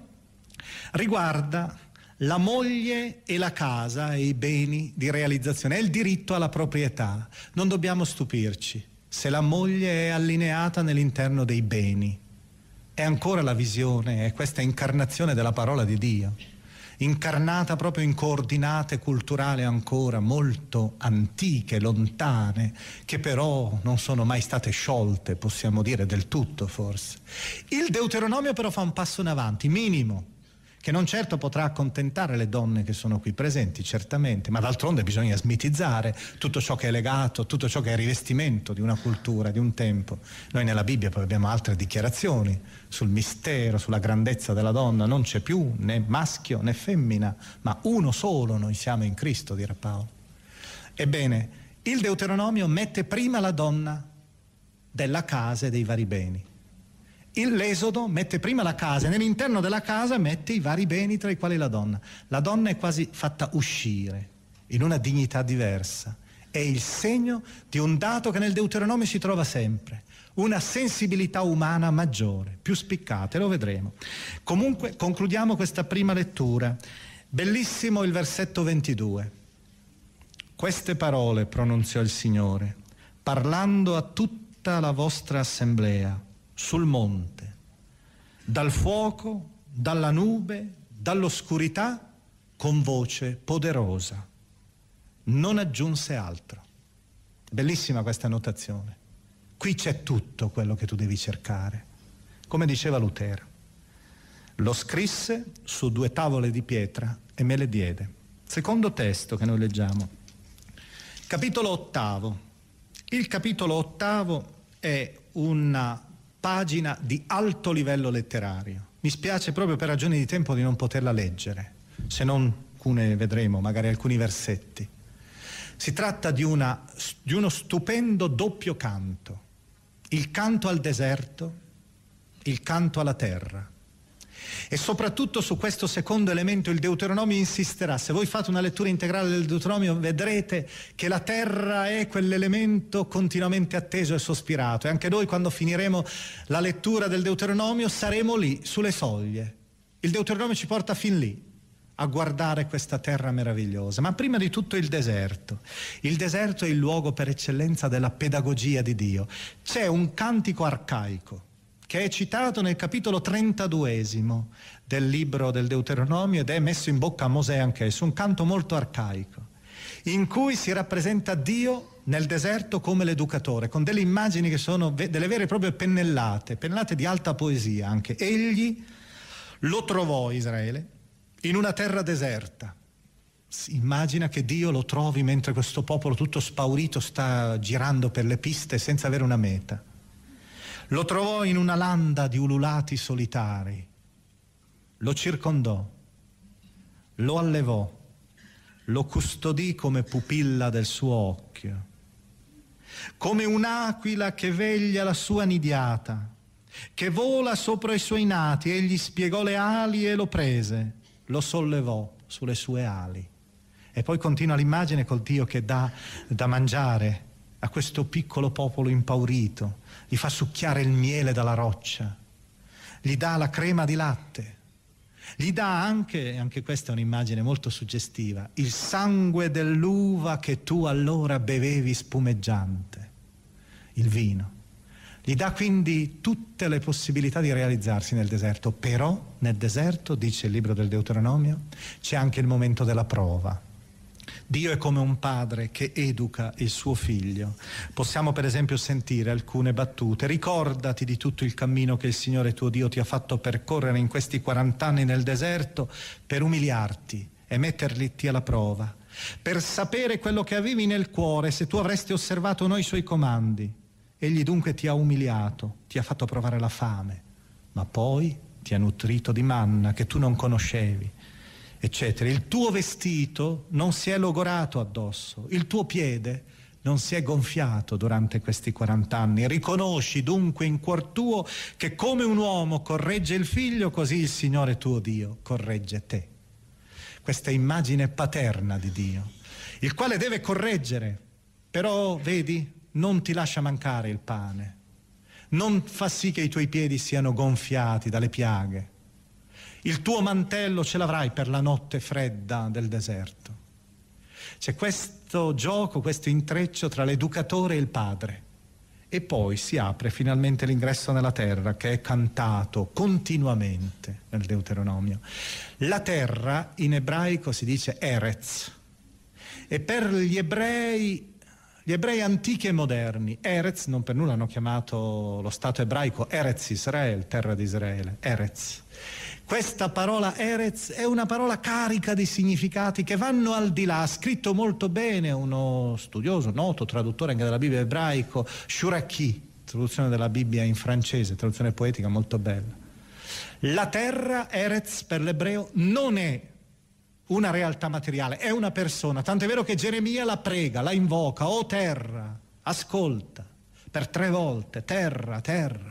riguarda la moglie e la casa e i beni di realizzazione. È il diritto alla proprietà. Non dobbiamo stupirci se la moglie è allineata nell'interno dei beni. È ancora la visione, è questa incarnazione della parola di Dio, incarnata proprio in coordinate culturali ancora molto antiche, lontane, che però non sono mai state sciolte, possiamo dire del tutto forse. Il Deuteronomio però fa un passo in avanti, minimo, che non certo potrà accontentare le donne che sono qui presenti, certamente, ma d'altronde bisogna smitizzare tutto ciò che è legato, tutto ciò che è rivestimento di una cultura, di un tempo. Noi nella Bibbia poi abbiamo altre dichiarazioni sul mistero, sulla grandezza della donna. Non c'è più né maschio né femmina, ma uno solo noi siamo in Cristo, dirà Paolo. Ebbene, il Deuteronomio mette prima la donna della casa e dei vari beni. L'Esodo mette prima la casa e nell'interno della casa mette i vari beni, tra i quali la donna. La donna è quasi fatta uscire in una dignità diversa. È il segno di un dato che nel Deuteronomio si trova sempre: una sensibilità umana maggiore, più spiccata, e lo vedremo. Comunque concludiamo questa prima lettura. Bellissimo il versetto ventidue. Queste parole pronunziò il Signore, parlando a tutta la vostra assemblea sul monte, dal fuoco, dalla nube, dall'oscurità, con voce poderosa. Non aggiunse altro. Bellissima questa notazione. Qui c'è tutto quello che tu devi cercare. Come diceva Lutero, lo scrisse su due tavole di pietra e me le diede. Secondo testo che noi leggiamo, capitolo ottavo. Il capitolo ottavo è una pagina di alto livello letterario. Mi spiace proprio per ragioni di tempo di non poterla leggere, se non alcune vedremo, magari alcuni versetti. Si tratta di, una, di uno stupendo doppio canto, il canto al deserto, il canto alla terra. E soprattutto su questo secondo elemento il Deuteronomio insisterà. Se voi fate una lettura integrale del Deuteronomio vedrete che la terra è quell'elemento continuamente atteso e sospirato, e anche noi quando finiremo la lettura del Deuteronomio saremo lì, sulle soglie. Il Deuteronomio ci porta fin lì, a guardare questa terra meravigliosa. Ma prima di tutto il deserto. Il deserto è il luogo per eccellenza della pedagogia di Dio. C'è un cantico arcaico che è citato nel capitolo trentaduesimo del libro del Deuteronomio ed è messo in bocca a Mosè anch'esso, un canto molto arcaico, in cui si rappresenta Dio nel deserto come l'educatore, con delle immagini che sono delle vere e proprie pennellate, pennellate di alta poesia anche. Egli lo trovò, Israele, in una terra deserta. Immagina che Dio lo trovi mentre questo popolo tutto spaurito sta girando per le piste senza avere una meta. Lo trovò in una landa di ululati solitari, lo circondò, lo allevò, lo custodì come pupilla del suo occhio. Come un'aquila che veglia la sua nidiata, che vola sopra i suoi nati, egli spiegò le ali e lo prese, lo sollevò sulle sue ali. E poi continua l'immagine col Dio che dà da mangiare a questo piccolo popolo impaurito, gli fa succhiare il miele dalla roccia, gli dà la crema di latte, gli dà anche, anche questa è un'immagine molto suggestiva, il sangue dell'uva che tu allora bevevi spumeggiante, il vino. Gli dà quindi tutte le possibilità di realizzarsi nel deserto, però nel deserto, dice il libro del Deuteronomio, c'è anche il momento della prova. Dio è come un padre che educa il suo figlio. Possiamo per esempio sentire alcune battute. Ricordati di tutto il cammino che il Signore tuo Dio ti ha fatto percorrere in questi quarant'anni nel deserto per umiliarti e metterti alla prova, per sapere quello che avevi nel cuore se tu avresti osservato noi suoi comandi. Egli dunque ti ha umiliato, ti ha fatto provare la fame, ma poi ti ha nutrito di manna che tu non conoscevi, eccetera. Il tuo vestito non si è logorato addosso, il tuo piede non si è gonfiato durante questi quarant'anni. Riconosci dunque in cuor tuo che come un uomo corregge il figlio, così il Signore tuo Dio corregge te. Questa immagine paterna di Dio, il quale deve correggere, però vedi, non ti lascia mancare il pane, non fa sì che i tuoi piedi siano gonfiati dalle piaghe. Il tuo mantello ce l'avrai per la notte fredda del deserto. C'è questo gioco, questo intreccio tra l'educatore e il padre. E poi si apre finalmente l'ingresso nella terra, che è cantato continuamente nel Deuteronomio. La terra in ebraico si dice Eretz. E per gli ebrei, gli ebrei antichi e moderni, Eretz, non per nulla hanno chiamato lo Stato ebraico Eretz Israel, terra di Israele, Eretz. Questa parola Eretz è una parola carica di significati che vanno al di là. Ha scritto molto bene uno studioso, noto traduttore anche della Bibbia ebraico, Shuraki, traduzione della Bibbia in francese, traduzione poetica molto bella. La terra, Eretz, per l'ebreo non è una realtà materiale, è una persona, tanto è vero che Geremia la prega, la invoca: o terra, ascolta, per tre volte, terra, terra.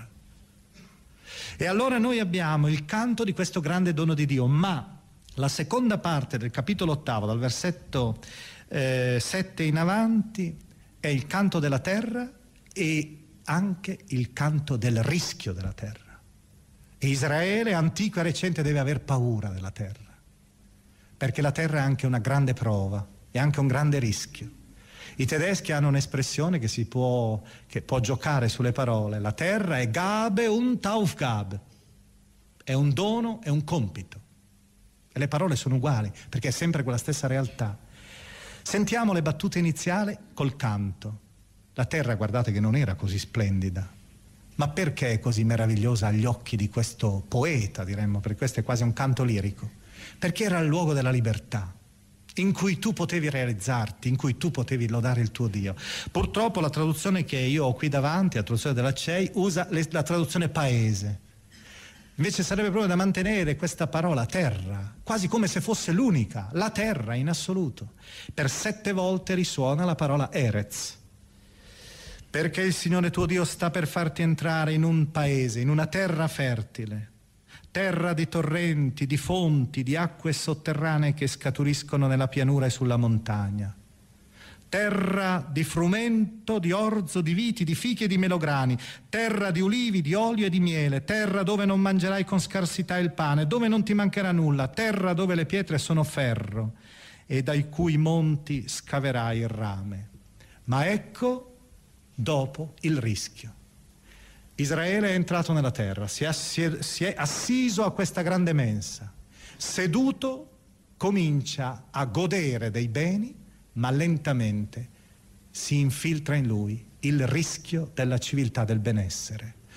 E allora noi abbiamo il canto di questo grande dono di Dio, ma la seconda parte del capitolo ottavo, dal versetto eh, sette in avanti, è il canto della terra e anche il canto del rischio della terra. E Israele, antico e recente, deve aver paura della terra, perché la terra è anche una grande prova, è anche un grande rischio. I tedeschi hanno un'espressione che si può, che può giocare sulle parole. La terra è Gabe und Aufgabe, è un dono, è un compito. E le parole sono uguali, perché è sempre quella stessa realtà. Sentiamo le battute iniziali col canto. La terra, guardate che non era così splendida, ma perché è così meravigliosa agli occhi di questo poeta, diremmo, perché questo è quasi un canto lirico? Perché era il luogo della libertà, in cui tu potevi realizzarti, in cui tu potevi lodare il tuo Dio. Purtroppo la traduzione che io ho qui davanti, la traduzione della C E I, usa le, la traduzione paese. Invece sarebbe proprio da mantenere questa parola terra, quasi come se fosse l'unica, la terra in assoluto. Per sette volte risuona la parola Eretz. Perché il Signore tuo Dio sta per farti entrare in un paese, in una terra fertile, terra di torrenti, di fonti, di acque sotterranee che scaturiscono nella pianura e sulla montagna, terra di frumento, di orzo, di viti, di fichi e di melograni, terra di ulivi, di olio e di miele, terra dove non mangerai con scarsità il pane, dove non ti mancherà nulla, terra dove le pietre sono ferro e dai cui monti scaverai il rame. Ma ecco dopo il rischio. Israele è entrato nella terra, si è, si è assiso a questa grande mensa, seduto comincia a godere dei beni, ma lentamente si infiltra in lui il rischio della civiltà del benessere.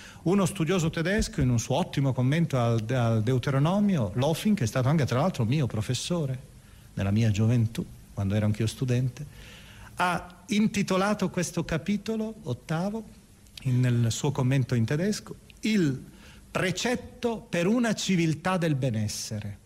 Uno studioso tedesco, in un suo ottimo commento al, al Deuteronomio, Loffing, che è stato anche tra l'altro mio professore nella mia gioventù, quando ero anch'io studente, ha intitolato questo capitolo ottavo, in, nel suo commento in tedesco, il precetto per una civiltà del benessere.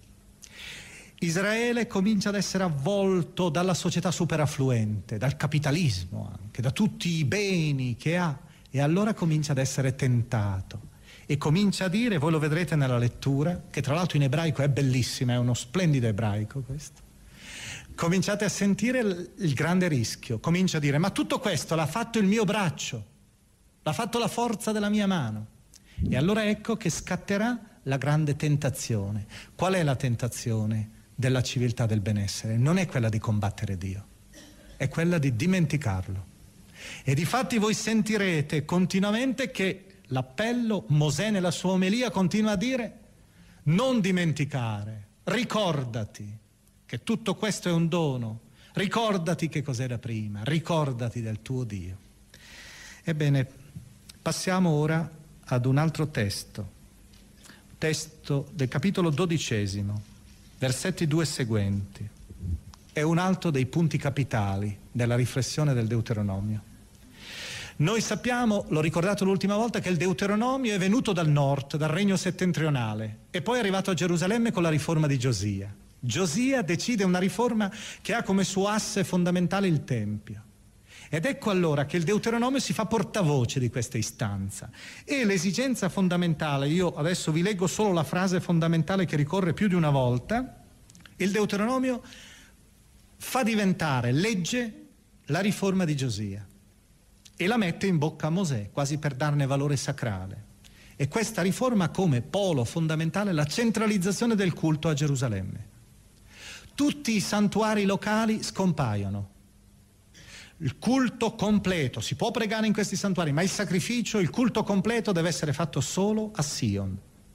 Israele comincia ad essere avvolto dalla società superaffluente, dal capitalismo anche, da tutti i beni che ha, e allora comincia ad essere tentato e comincia a dire, voi lo vedrete nella lettura, che tra l'altro in ebraico è bellissima, è uno splendido ebraico questo, cominciate a sentire il, il grande rischio, comincia a dire, ma tutto questo l'ha fatto il mio braccio, l'ha fatto la forza della mia mano. E allora ecco che scatterà la grande tentazione. Qual è la tentazione della civiltà del benessere? Non è quella di combattere Dio, è quella di dimenticarlo. E difatti voi sentirete continuamente che l'appello, Mosè nella sua omelia continua a dire, non dimenticare, ricordati che tutto questo è un dono, ricordati che cos'era prima, ricordati del tuo Dio. Ebbene, passiamo ora ad un altro testo, testo del capitolo dodicesimo, versetti due seguenti. È un altro dei punti capitali della riflessione del Deuteronomio. Noi sappiamo, l'ho ricordato l'ultima volta, che il Deuteronomio è venuto dal nord, dal regno settentrionale, e poi è arrivato a Gerusalemme con la riforma di Giosia. Giosia decide una riforma che ha come suo asse fondamentale il Tempio. Ed ecco allora che il Deuteronomio si fa portavoce di questa istanza. E l'esigenza fondamentale, io adesso vi leggo solo la frase fondamentale che ricorre più di una volta, il Deuteronomio fa diventare legge la riforma di Giosia e la mette in bocca a Mosè, quasi per darne valore sacrale. E questa riforma ha come polo fondamentale la centralizzazione del culto a Gerusalemme. Tutti i santuari locali scompaiono. Il culto completo, si può pregare in questi santuari, ma il sacrificio, il culto completo deve essere fatto solo a Sion.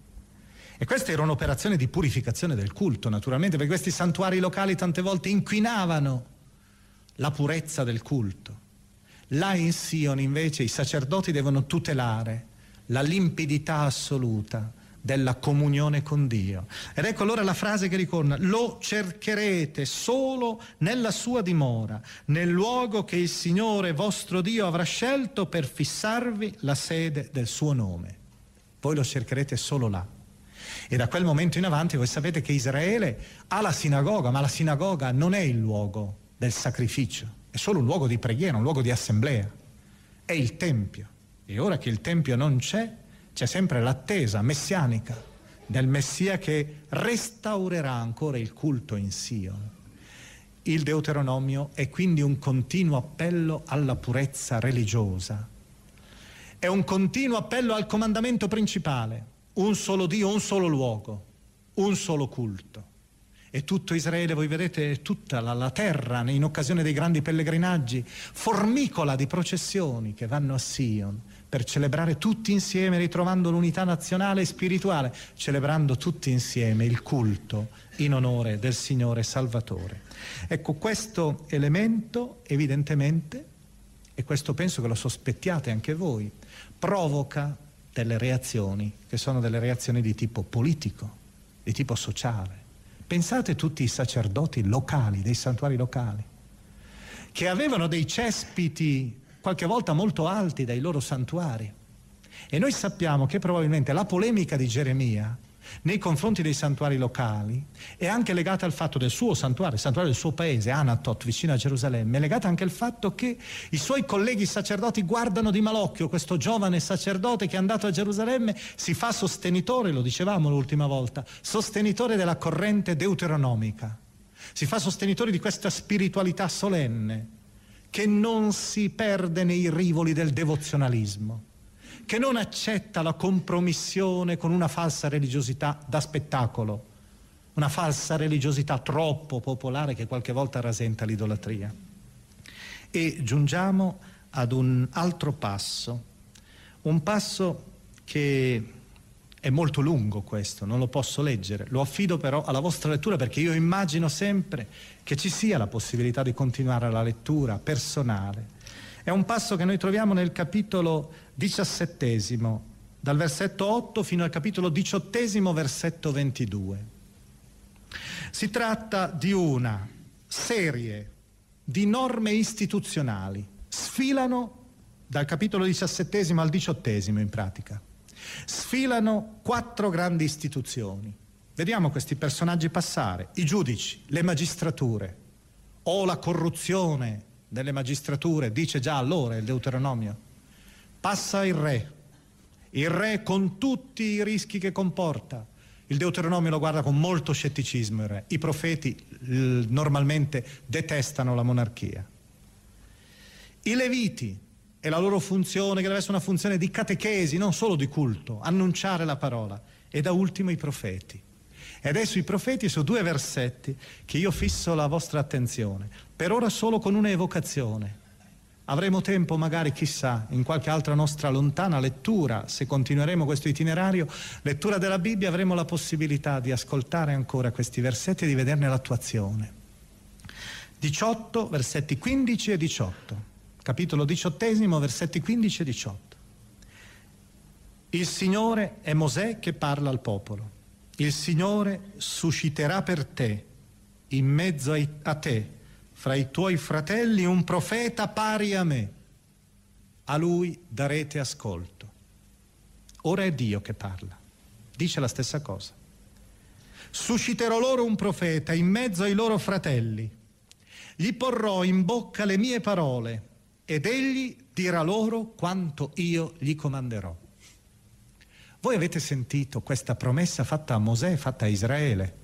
E questa era un'operazione di purificazione del culto, naturalmente, perché questi santuari locali tante volte inquinavano la purezza del culto. Là in Sion invece i sacerdoti devono tutelare la limpidità assoluta della comunione con Dio. Ed ecco allora la frase che ritorna: lo cercherete solo nella sua dimora, nel luogo che il Signore vostro Dio avrà scelto per fissarvi la sede del suo nome. Voi lo cercherete solo là. E da quel momento in avanti voi sapete che Israele ha la sinagoga, ma la sinagoga non è il luogo del sacrificio, è solo un luogo di preghiera, un luogo di assemblea, è il Tempio. E ora che il Tempio non c'è, c'è sempre l'attesa messianica del Messia che restaurerà ancora il culto in Sion. Il Deuteronomio è quindi un continuo appello alla purezza religiosa, è un continuo appello al comandamento principale: un solo Dio, un solo luogo, un solo culto. E tutto Israele, voi vedete, tutta la, la terra, in occasione dei grandi pellegrinaggi, formicola di processioni che vanno a Sion per celebrare tutti insieme, ritrovando l'unità nazionale e spirituale, celebrando tutti insieme il culto in onore del Signore Salvatore. Ecco, questo elemento evidentemente, e questo penso che lo sospettiate anche voi, provoca delle reazioni che sono delle reazioni di tipo politico, di tipo sociale. Pensate a tutti i sacerdoti locali, dei santuari locali, che avevano dei cespiti qualche volta molto alti dai loro santuari. E noi sappiamo che probabilmente la polemica di Geremia nei confronti dei santuari locali è anche legata al fatto del suo santuario, il santuario del suo paese, Anatot, vicino a Gerusalemme, è legata anche al fatto che i suoi colleghi sacerdoti guardano di malocchio questo giovane sacerdote che è andato a Gerusalemme, si fa sostenitore, lo dicevamo l'ultima volta, sostenitore della corrente deuteronomica, si fa sostenitore di questa spiritualità solenne che non si perde nei rivoli del devozionalismo, che non accetta la compromissione con una falsa religiosità da spettacolo, una falsa religiosità troppo popolare che qualche volta rasenta l'idolatria. E giungiamo ad un altro passo, un passo che è molto lungo questo, non lo posso leggere, lo affido però alla vostra lettura perché io immagino sempre che ci sia la possibilità di continuare la lettura personale. È un passo che noi troviamo nel capitolo diciassettesimo dal versetto otto fino al capitolo diciottesimo, versetto ventidue. Si tratta di una serie di norme istituzionali, sfilano dal capitolo diciassettesimo al diciottesimo in pratica, sfilano quattro grandi istituzioni. Vediamo questi personaggi passare: i giudici, le magistrature, o la corruzione delle magistrature, dice già allora il Deuteronomio. Passa il re, il re con tutti i rischi che comporta. Il Deuteronomio lo guarda con molto scetticismo il re. I profeti eh, normalmente detestano la monarchia. I leviti e la loro funzione, che deve essere una funzione di catechesi, non solo di culto, annunciare la parola. E da ultimo i profeti. Ed è sui profeti, su due versetti, che io fisso la vostra attenzione. Per ora solo con una evocazione. Avremo tempo magari, chissà, in qualche altra nostra lontana lettura, se continueremo questo itinerario, lettura della Bibbia, avremo la possibilità di ascoltare ancora questi versetti e di vederne l'attuazione. diciotto, versetti quindici e diciotto. Capitolo diciottesimo, versetti quindici e diciotto. Il Signore è Mosè che parla al popolo. Il Signore susciterà per te, in mezzo ai, a te, fra i tuoi fratelli, un profeta pari a me. A lui darete ascolto. Ora è Dio che parla. Dice la stessa cosa. Susciterò loro un profeta in mezzo ai loro fratelli. Gli porrò in bocca le mie parole ed egli dirà loro quanto io gli comanderò. Voi avete sentito questa promessa fatta a Mosè e fatta a Israele?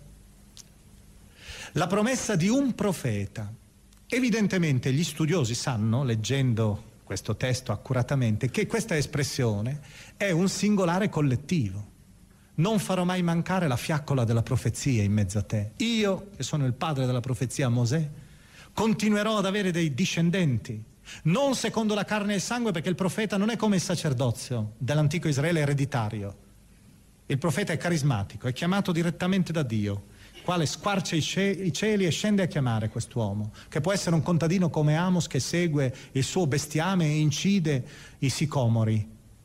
La promessa di un profeta. Evidentemente gli studiosi sanno, leggendo questo testo accuratamente, che questa espressione è un singolare collettivo. Non farò mai mancare la fiaccola della profezia in mezzo a te. Io, che sono il padre della profezia, Mosè, continuerò ad avere dei discendenti, non secondo la carne e il sangue, perché il profeta non è come il sacerdozio dell'antico Israele ereditario. Il profeta è carismatico, è chiamato direttamente da Dio, quale squarcia i cieli e scende a chiamare quest'uomo, che può essere un contadino come Amos che segue il suo bestiame e incide i sicomori.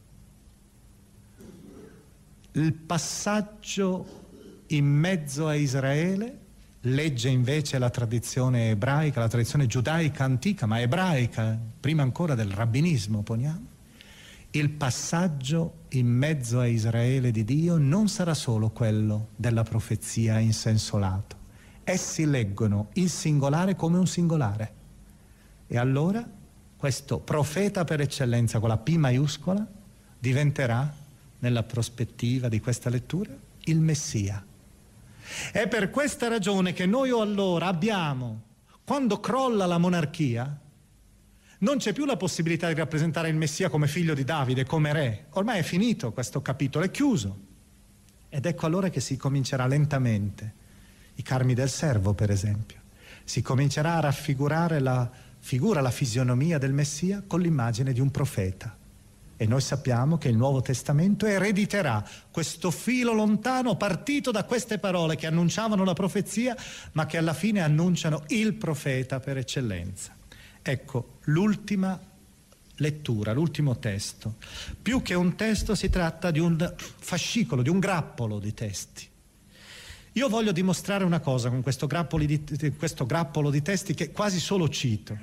Il passaggio in mezzo a Israele legge invece la tradizione ebraica, la tradizione giudaica antica, ma ebraica, prima ancora del rabbinismo, poniamo. Il passaggio in mezzo a Israele di Dio non sarà solo quello della profezia in senso lato. Essi leggono il singolare come un singolare. E allora questo profeta per eccellenza con la P maiuscola diventerà, nella prospettiva di questa lettura, il Messia. È per questa ragione che noi allora abbiamo, quando crolla la monarchia, non c'è più la possibilità di rappresentare il Messia come figlio di Davide, come re. Ormai è finito questo capitolo, è chiuso. Ed ecco allora che si comincerà lentamente, i carmi del servo per esempio, si comincerà a raffigurare la figura, la fisionomia del Messia con l'immagine di un profeta. E noi sappiamo che il Nuovo Testamento erediterà questo filo lontano partito da queste parole che annunciavano la profezia, ma che alla fine annunciano il profeta per eccellenza. Ecco, l'ultima lettura, l'ultimo testo. Più che un testo si tratta di un fascicolo, di un grappolo di testi. Io voglio dimostrare una cosa con questo grappolo di, questo grappolo di testi che quasi solo cito.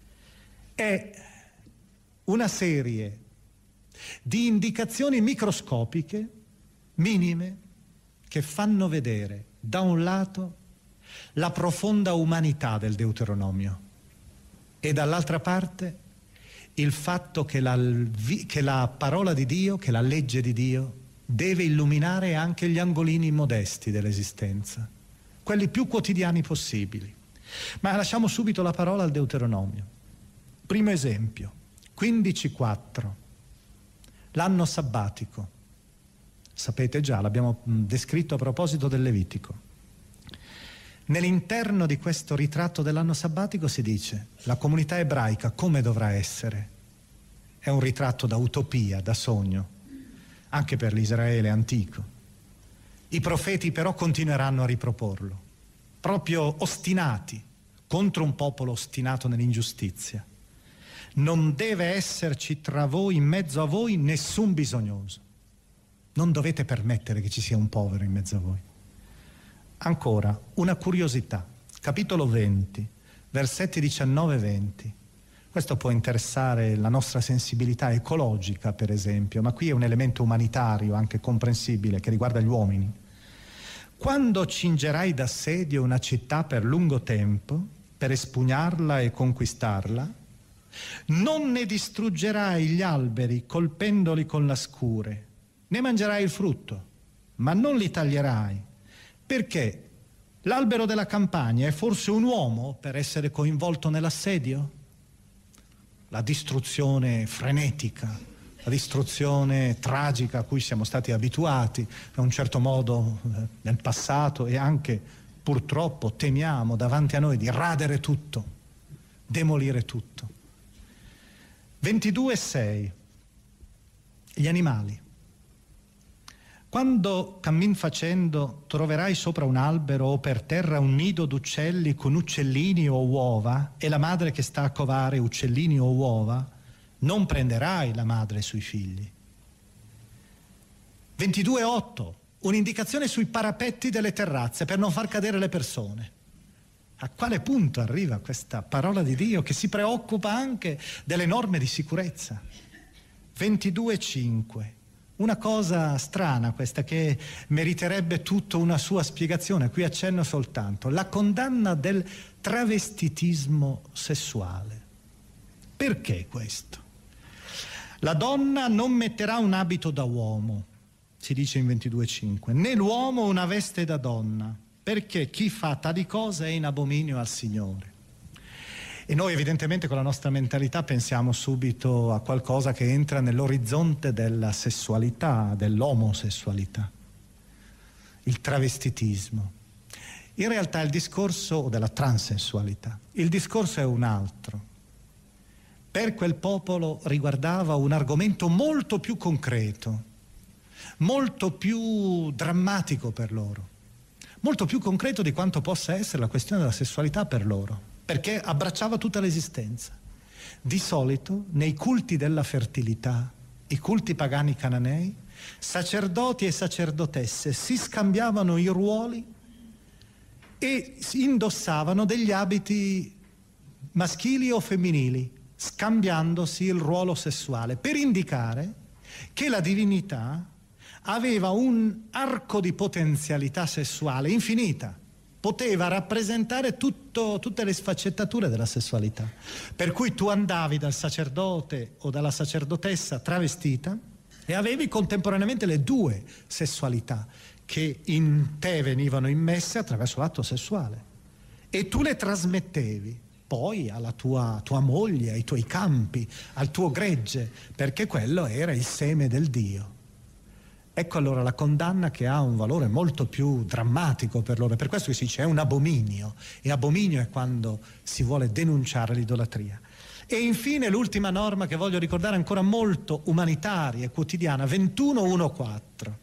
È una serie di indicazioni microscopiche, minime, che fanno vedere da un lato la profonda umanità del Deuteronomio e dall'altra parte il fatto che la, che la parola di Dio, che la legge di Dio deve illuminare anche gli angolini modesti dell'esistenza, quelli più quotidiani possibili. Ma lasciamo subito la parola al Deuteronomio. Primo esempio, quindici quattro, l'anno sabbatico. Sapete già, l'abbiamo descritto a proposito del Levitico. Nell'interno di questo ritratto dell'anno sabbatico si dice: la comunità ebraica come dovrà essere? È un ritratto da utopia, da sogno, anche per l'Israele antico. I profeti però continueranno a riproporlo, proprio ostinati contro un popolo ostinato nell'ingiustizia. Non deve esserci tra voi, in mezzo a voi, nessun bisognoso. Non dovete permettere che ci sia un povero in mezzo a voi. Ancora, una curiosità. Capitolo venti, versetti diciannove e venti. Questo può interessare la nostra sensibilità ecologica, per esempio, ma qui è un elemento umanitario, anche comprensibile, che riguarda gli uomini. Quando cingerai d'assedio una città per lungo tempo, per espugnarla e conquistarla, non ne distruggerai gli alberi colpendoli con la scure, ne mangerai il frutto, ma non li taglierai, perché l'albero della campagna è forse un uomo per essere coinvolto nell'assedio? La distruzione frenetica, la distruzione tragica a cui siamo stati abituati in un certo modo eh, nel passato, e anche purtroppo temiamo davanti a noi di radere tutto, demolire tutto. ventidue sei. Gli animali. Quando cammin facendo troverai sopra un albero o per terra un nido d'uccelli con uccellini o uova, e la madre che sta a covare uccellini o uova, non prenderai la madre sui figli. ventidue otto. Un'indicazione sui parapetti delle terrazze per non far cadere le persone. A quale punto arriva questa parola di Dio che si preoccupa anche delle norme di sicurezza? ventidue cinque. Una cosa strana questa, che meriterebbe tutta una sua spiegazione, qui accenno soltanto. La condanna del travestitismo sessuale. Perché questo? La donna non metterà un abito da uomo, si dice in ventidue cinque, né l'uomo una veste da donna, perché chi fa tali cose è in abominio al Signore. E noi evidentemente con la nostra mentalità pensiamo subito a qualcosa che entra nell'orizzonte della sessualità, dell'omosessualità, il travestitismo. In realtà il discorso, o della transessualità, il discorso è un altro. Per quel popolo riguardava un argomento molto più concreto, molto più drammatico per loro, molto più concreto di quanto possa essere la questione della sessualità per loro, perché abbracciava tutta l'esistenza. Di solito, nei culti della fertilità, i culti pagani cananei, sacerdoti e sacerdotesse si scambiavano i ruoli e indossavano degli abiti maschili o femminili, scambiandosi il ruolo sessuale, per indicare che la divinità aveva un arco di potenzialità sessuale infinita, poteva rappresentare tutto, tutte le sfaccettature della sessualità. Per cui tu andavi dal sacerdote o dalla sacerdotessa travestita e avevi contemporaneamente le due sessualità che in te venivano immesse attraverso l'atto sessuale, e tu le trasmettevi poi alla tua, tua moglie, ai tuoi campi, al tuo gregge, perché quello era il seme del Dio. Ecco allora la condanna che ha un valore molto più drammatico per loro. Per questo che si dice è un abominio, e abominio è quando si vuole denunciare l'idolatria. E infine l'ultima norma che voglio ricordare, ancora molto umanitaria e quotidiana, ventuno uno quattro.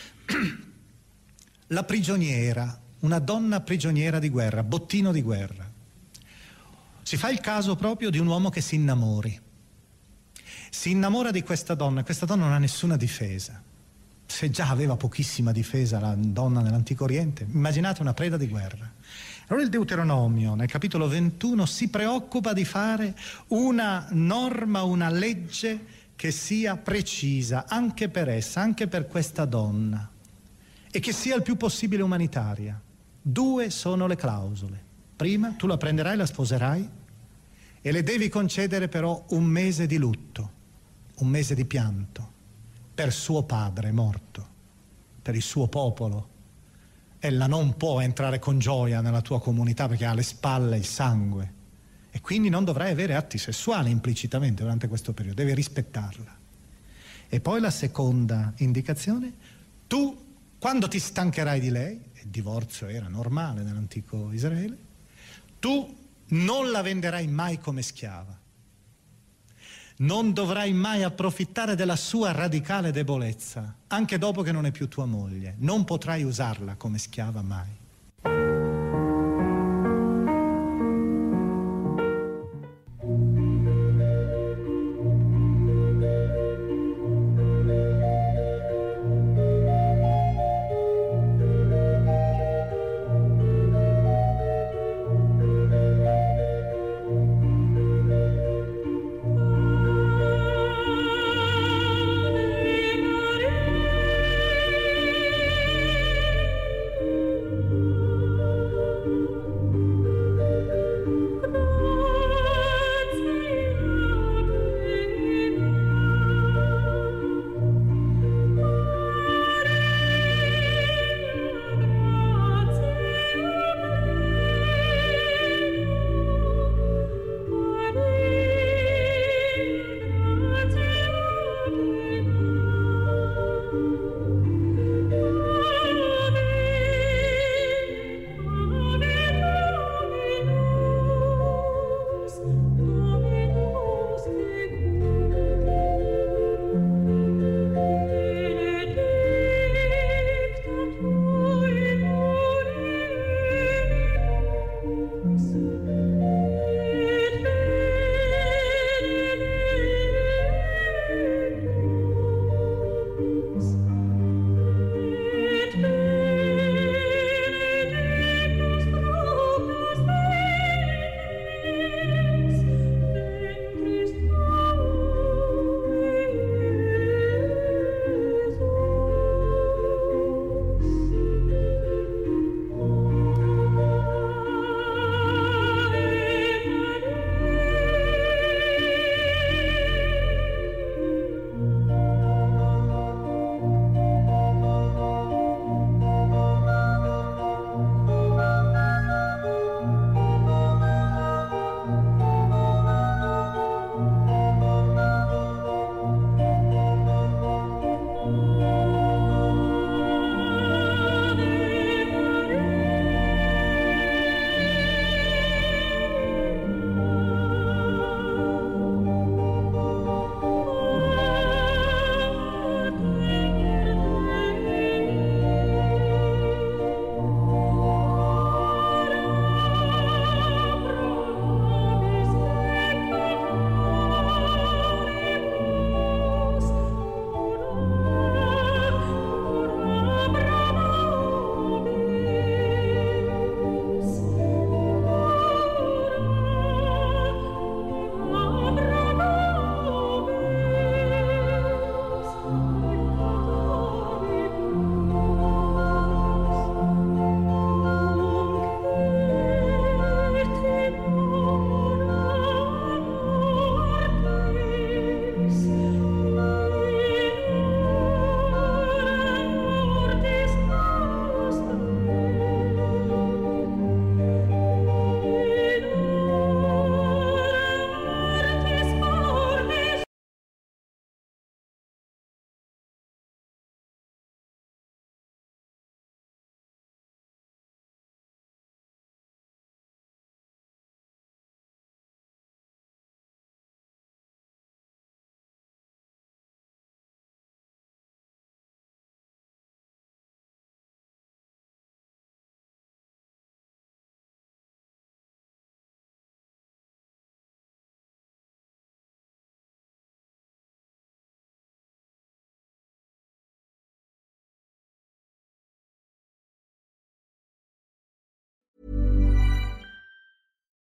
La prigioniera, una donna prigioniera di guerra, bottino di guerra. Si fa il caso proprio di un uomo che si innamori. Si innamora di questa donna, e questa donna non ha nessuna difesa. Se già aveva pochissima difesa la donna nell'Antico Oriente, immaginate una preda di guerra. Allora il Deuteronomio, nel capitolo ventuno, si preoccupa di fare una norma, una legge che sia precisa anche per essa, anche per questa donna, e che sia il più possibile umanitaria. Due sono le clausole. Prima, tu la prenderai, la sposerai, e le devi concedere però un mese di lutto, un mese di pianto, per suo padre morto, per il suo popolo. Ella non può entrare con gioia nella tua comunità perché ha alle spalle il sangue, e quindi non dovrai avere atti sessuali implicitamente durante questo periodo, devi rispettarla. E poi la seconda indicazione: tu, quando ti stancherai di lei, e il divorzio era normale nell'antico Israele, tu non la venderai mai come schiava. Non dovrai mai approfittare della sua radicale debolezza, anche dopo che non è più tua moglie. Non potrai usarla come schiava mai.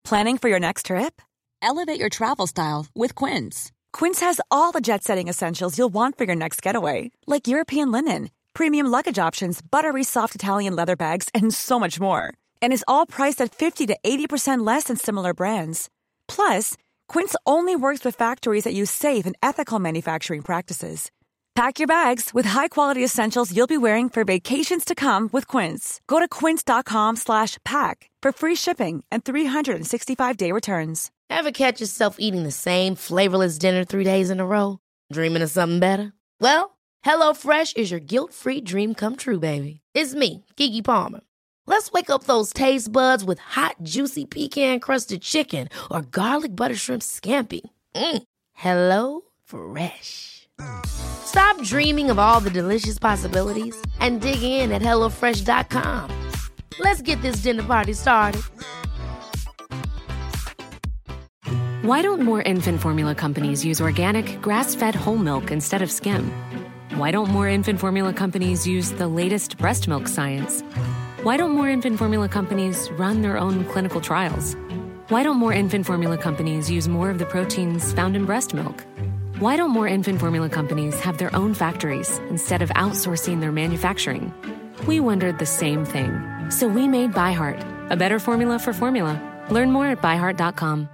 Planning for your next trip? Elevate your travel style with Quince. Quince has all the jet-setting essentials you'll want for your next getaway, like European linen, premium luggage options, buttery soft Italian leather bags, and so much more. And is all priced at fifty to eighty percent less than similar brands. Plus, Quince only works with factories that use safe and ethical manufacturing practices. Pack your bags with high-quality essentials you'll be wearing for vacations to come with Quince. Go to quince.com slash pack for free shipping and three sixty-five day returns. Ever catch yourself eating the same flavorless dinner three days in a row? Dreaming of something better? Well, HelloFresh is your guilt-free dream come true, baby. It's me, Keke Palmer. Let's wake up those taste buds with hot, juicy pecan-crusted chicken or garlic butter shrimp scampi. Mm. Hello Fresh. Stop dreaming of all the delicious possibilities and dig in at hello fresh dot com. Let's get this dinner party started. Why don't more infant formula companies use organic, grass-fed whole milk instead of skim? Why don't more infant formula companies use the latest breast milk science? Why don't more infant formula companies run their own clinical trials? Why don't more infant formula companies use more of the proteins found in breast milk? Why don't more infant formula companies have their own factories instead of outsourcing their manufacturing? We wondered the same thing. So we made ByHeart, a better formula for formula. Learn more at by heart dot com.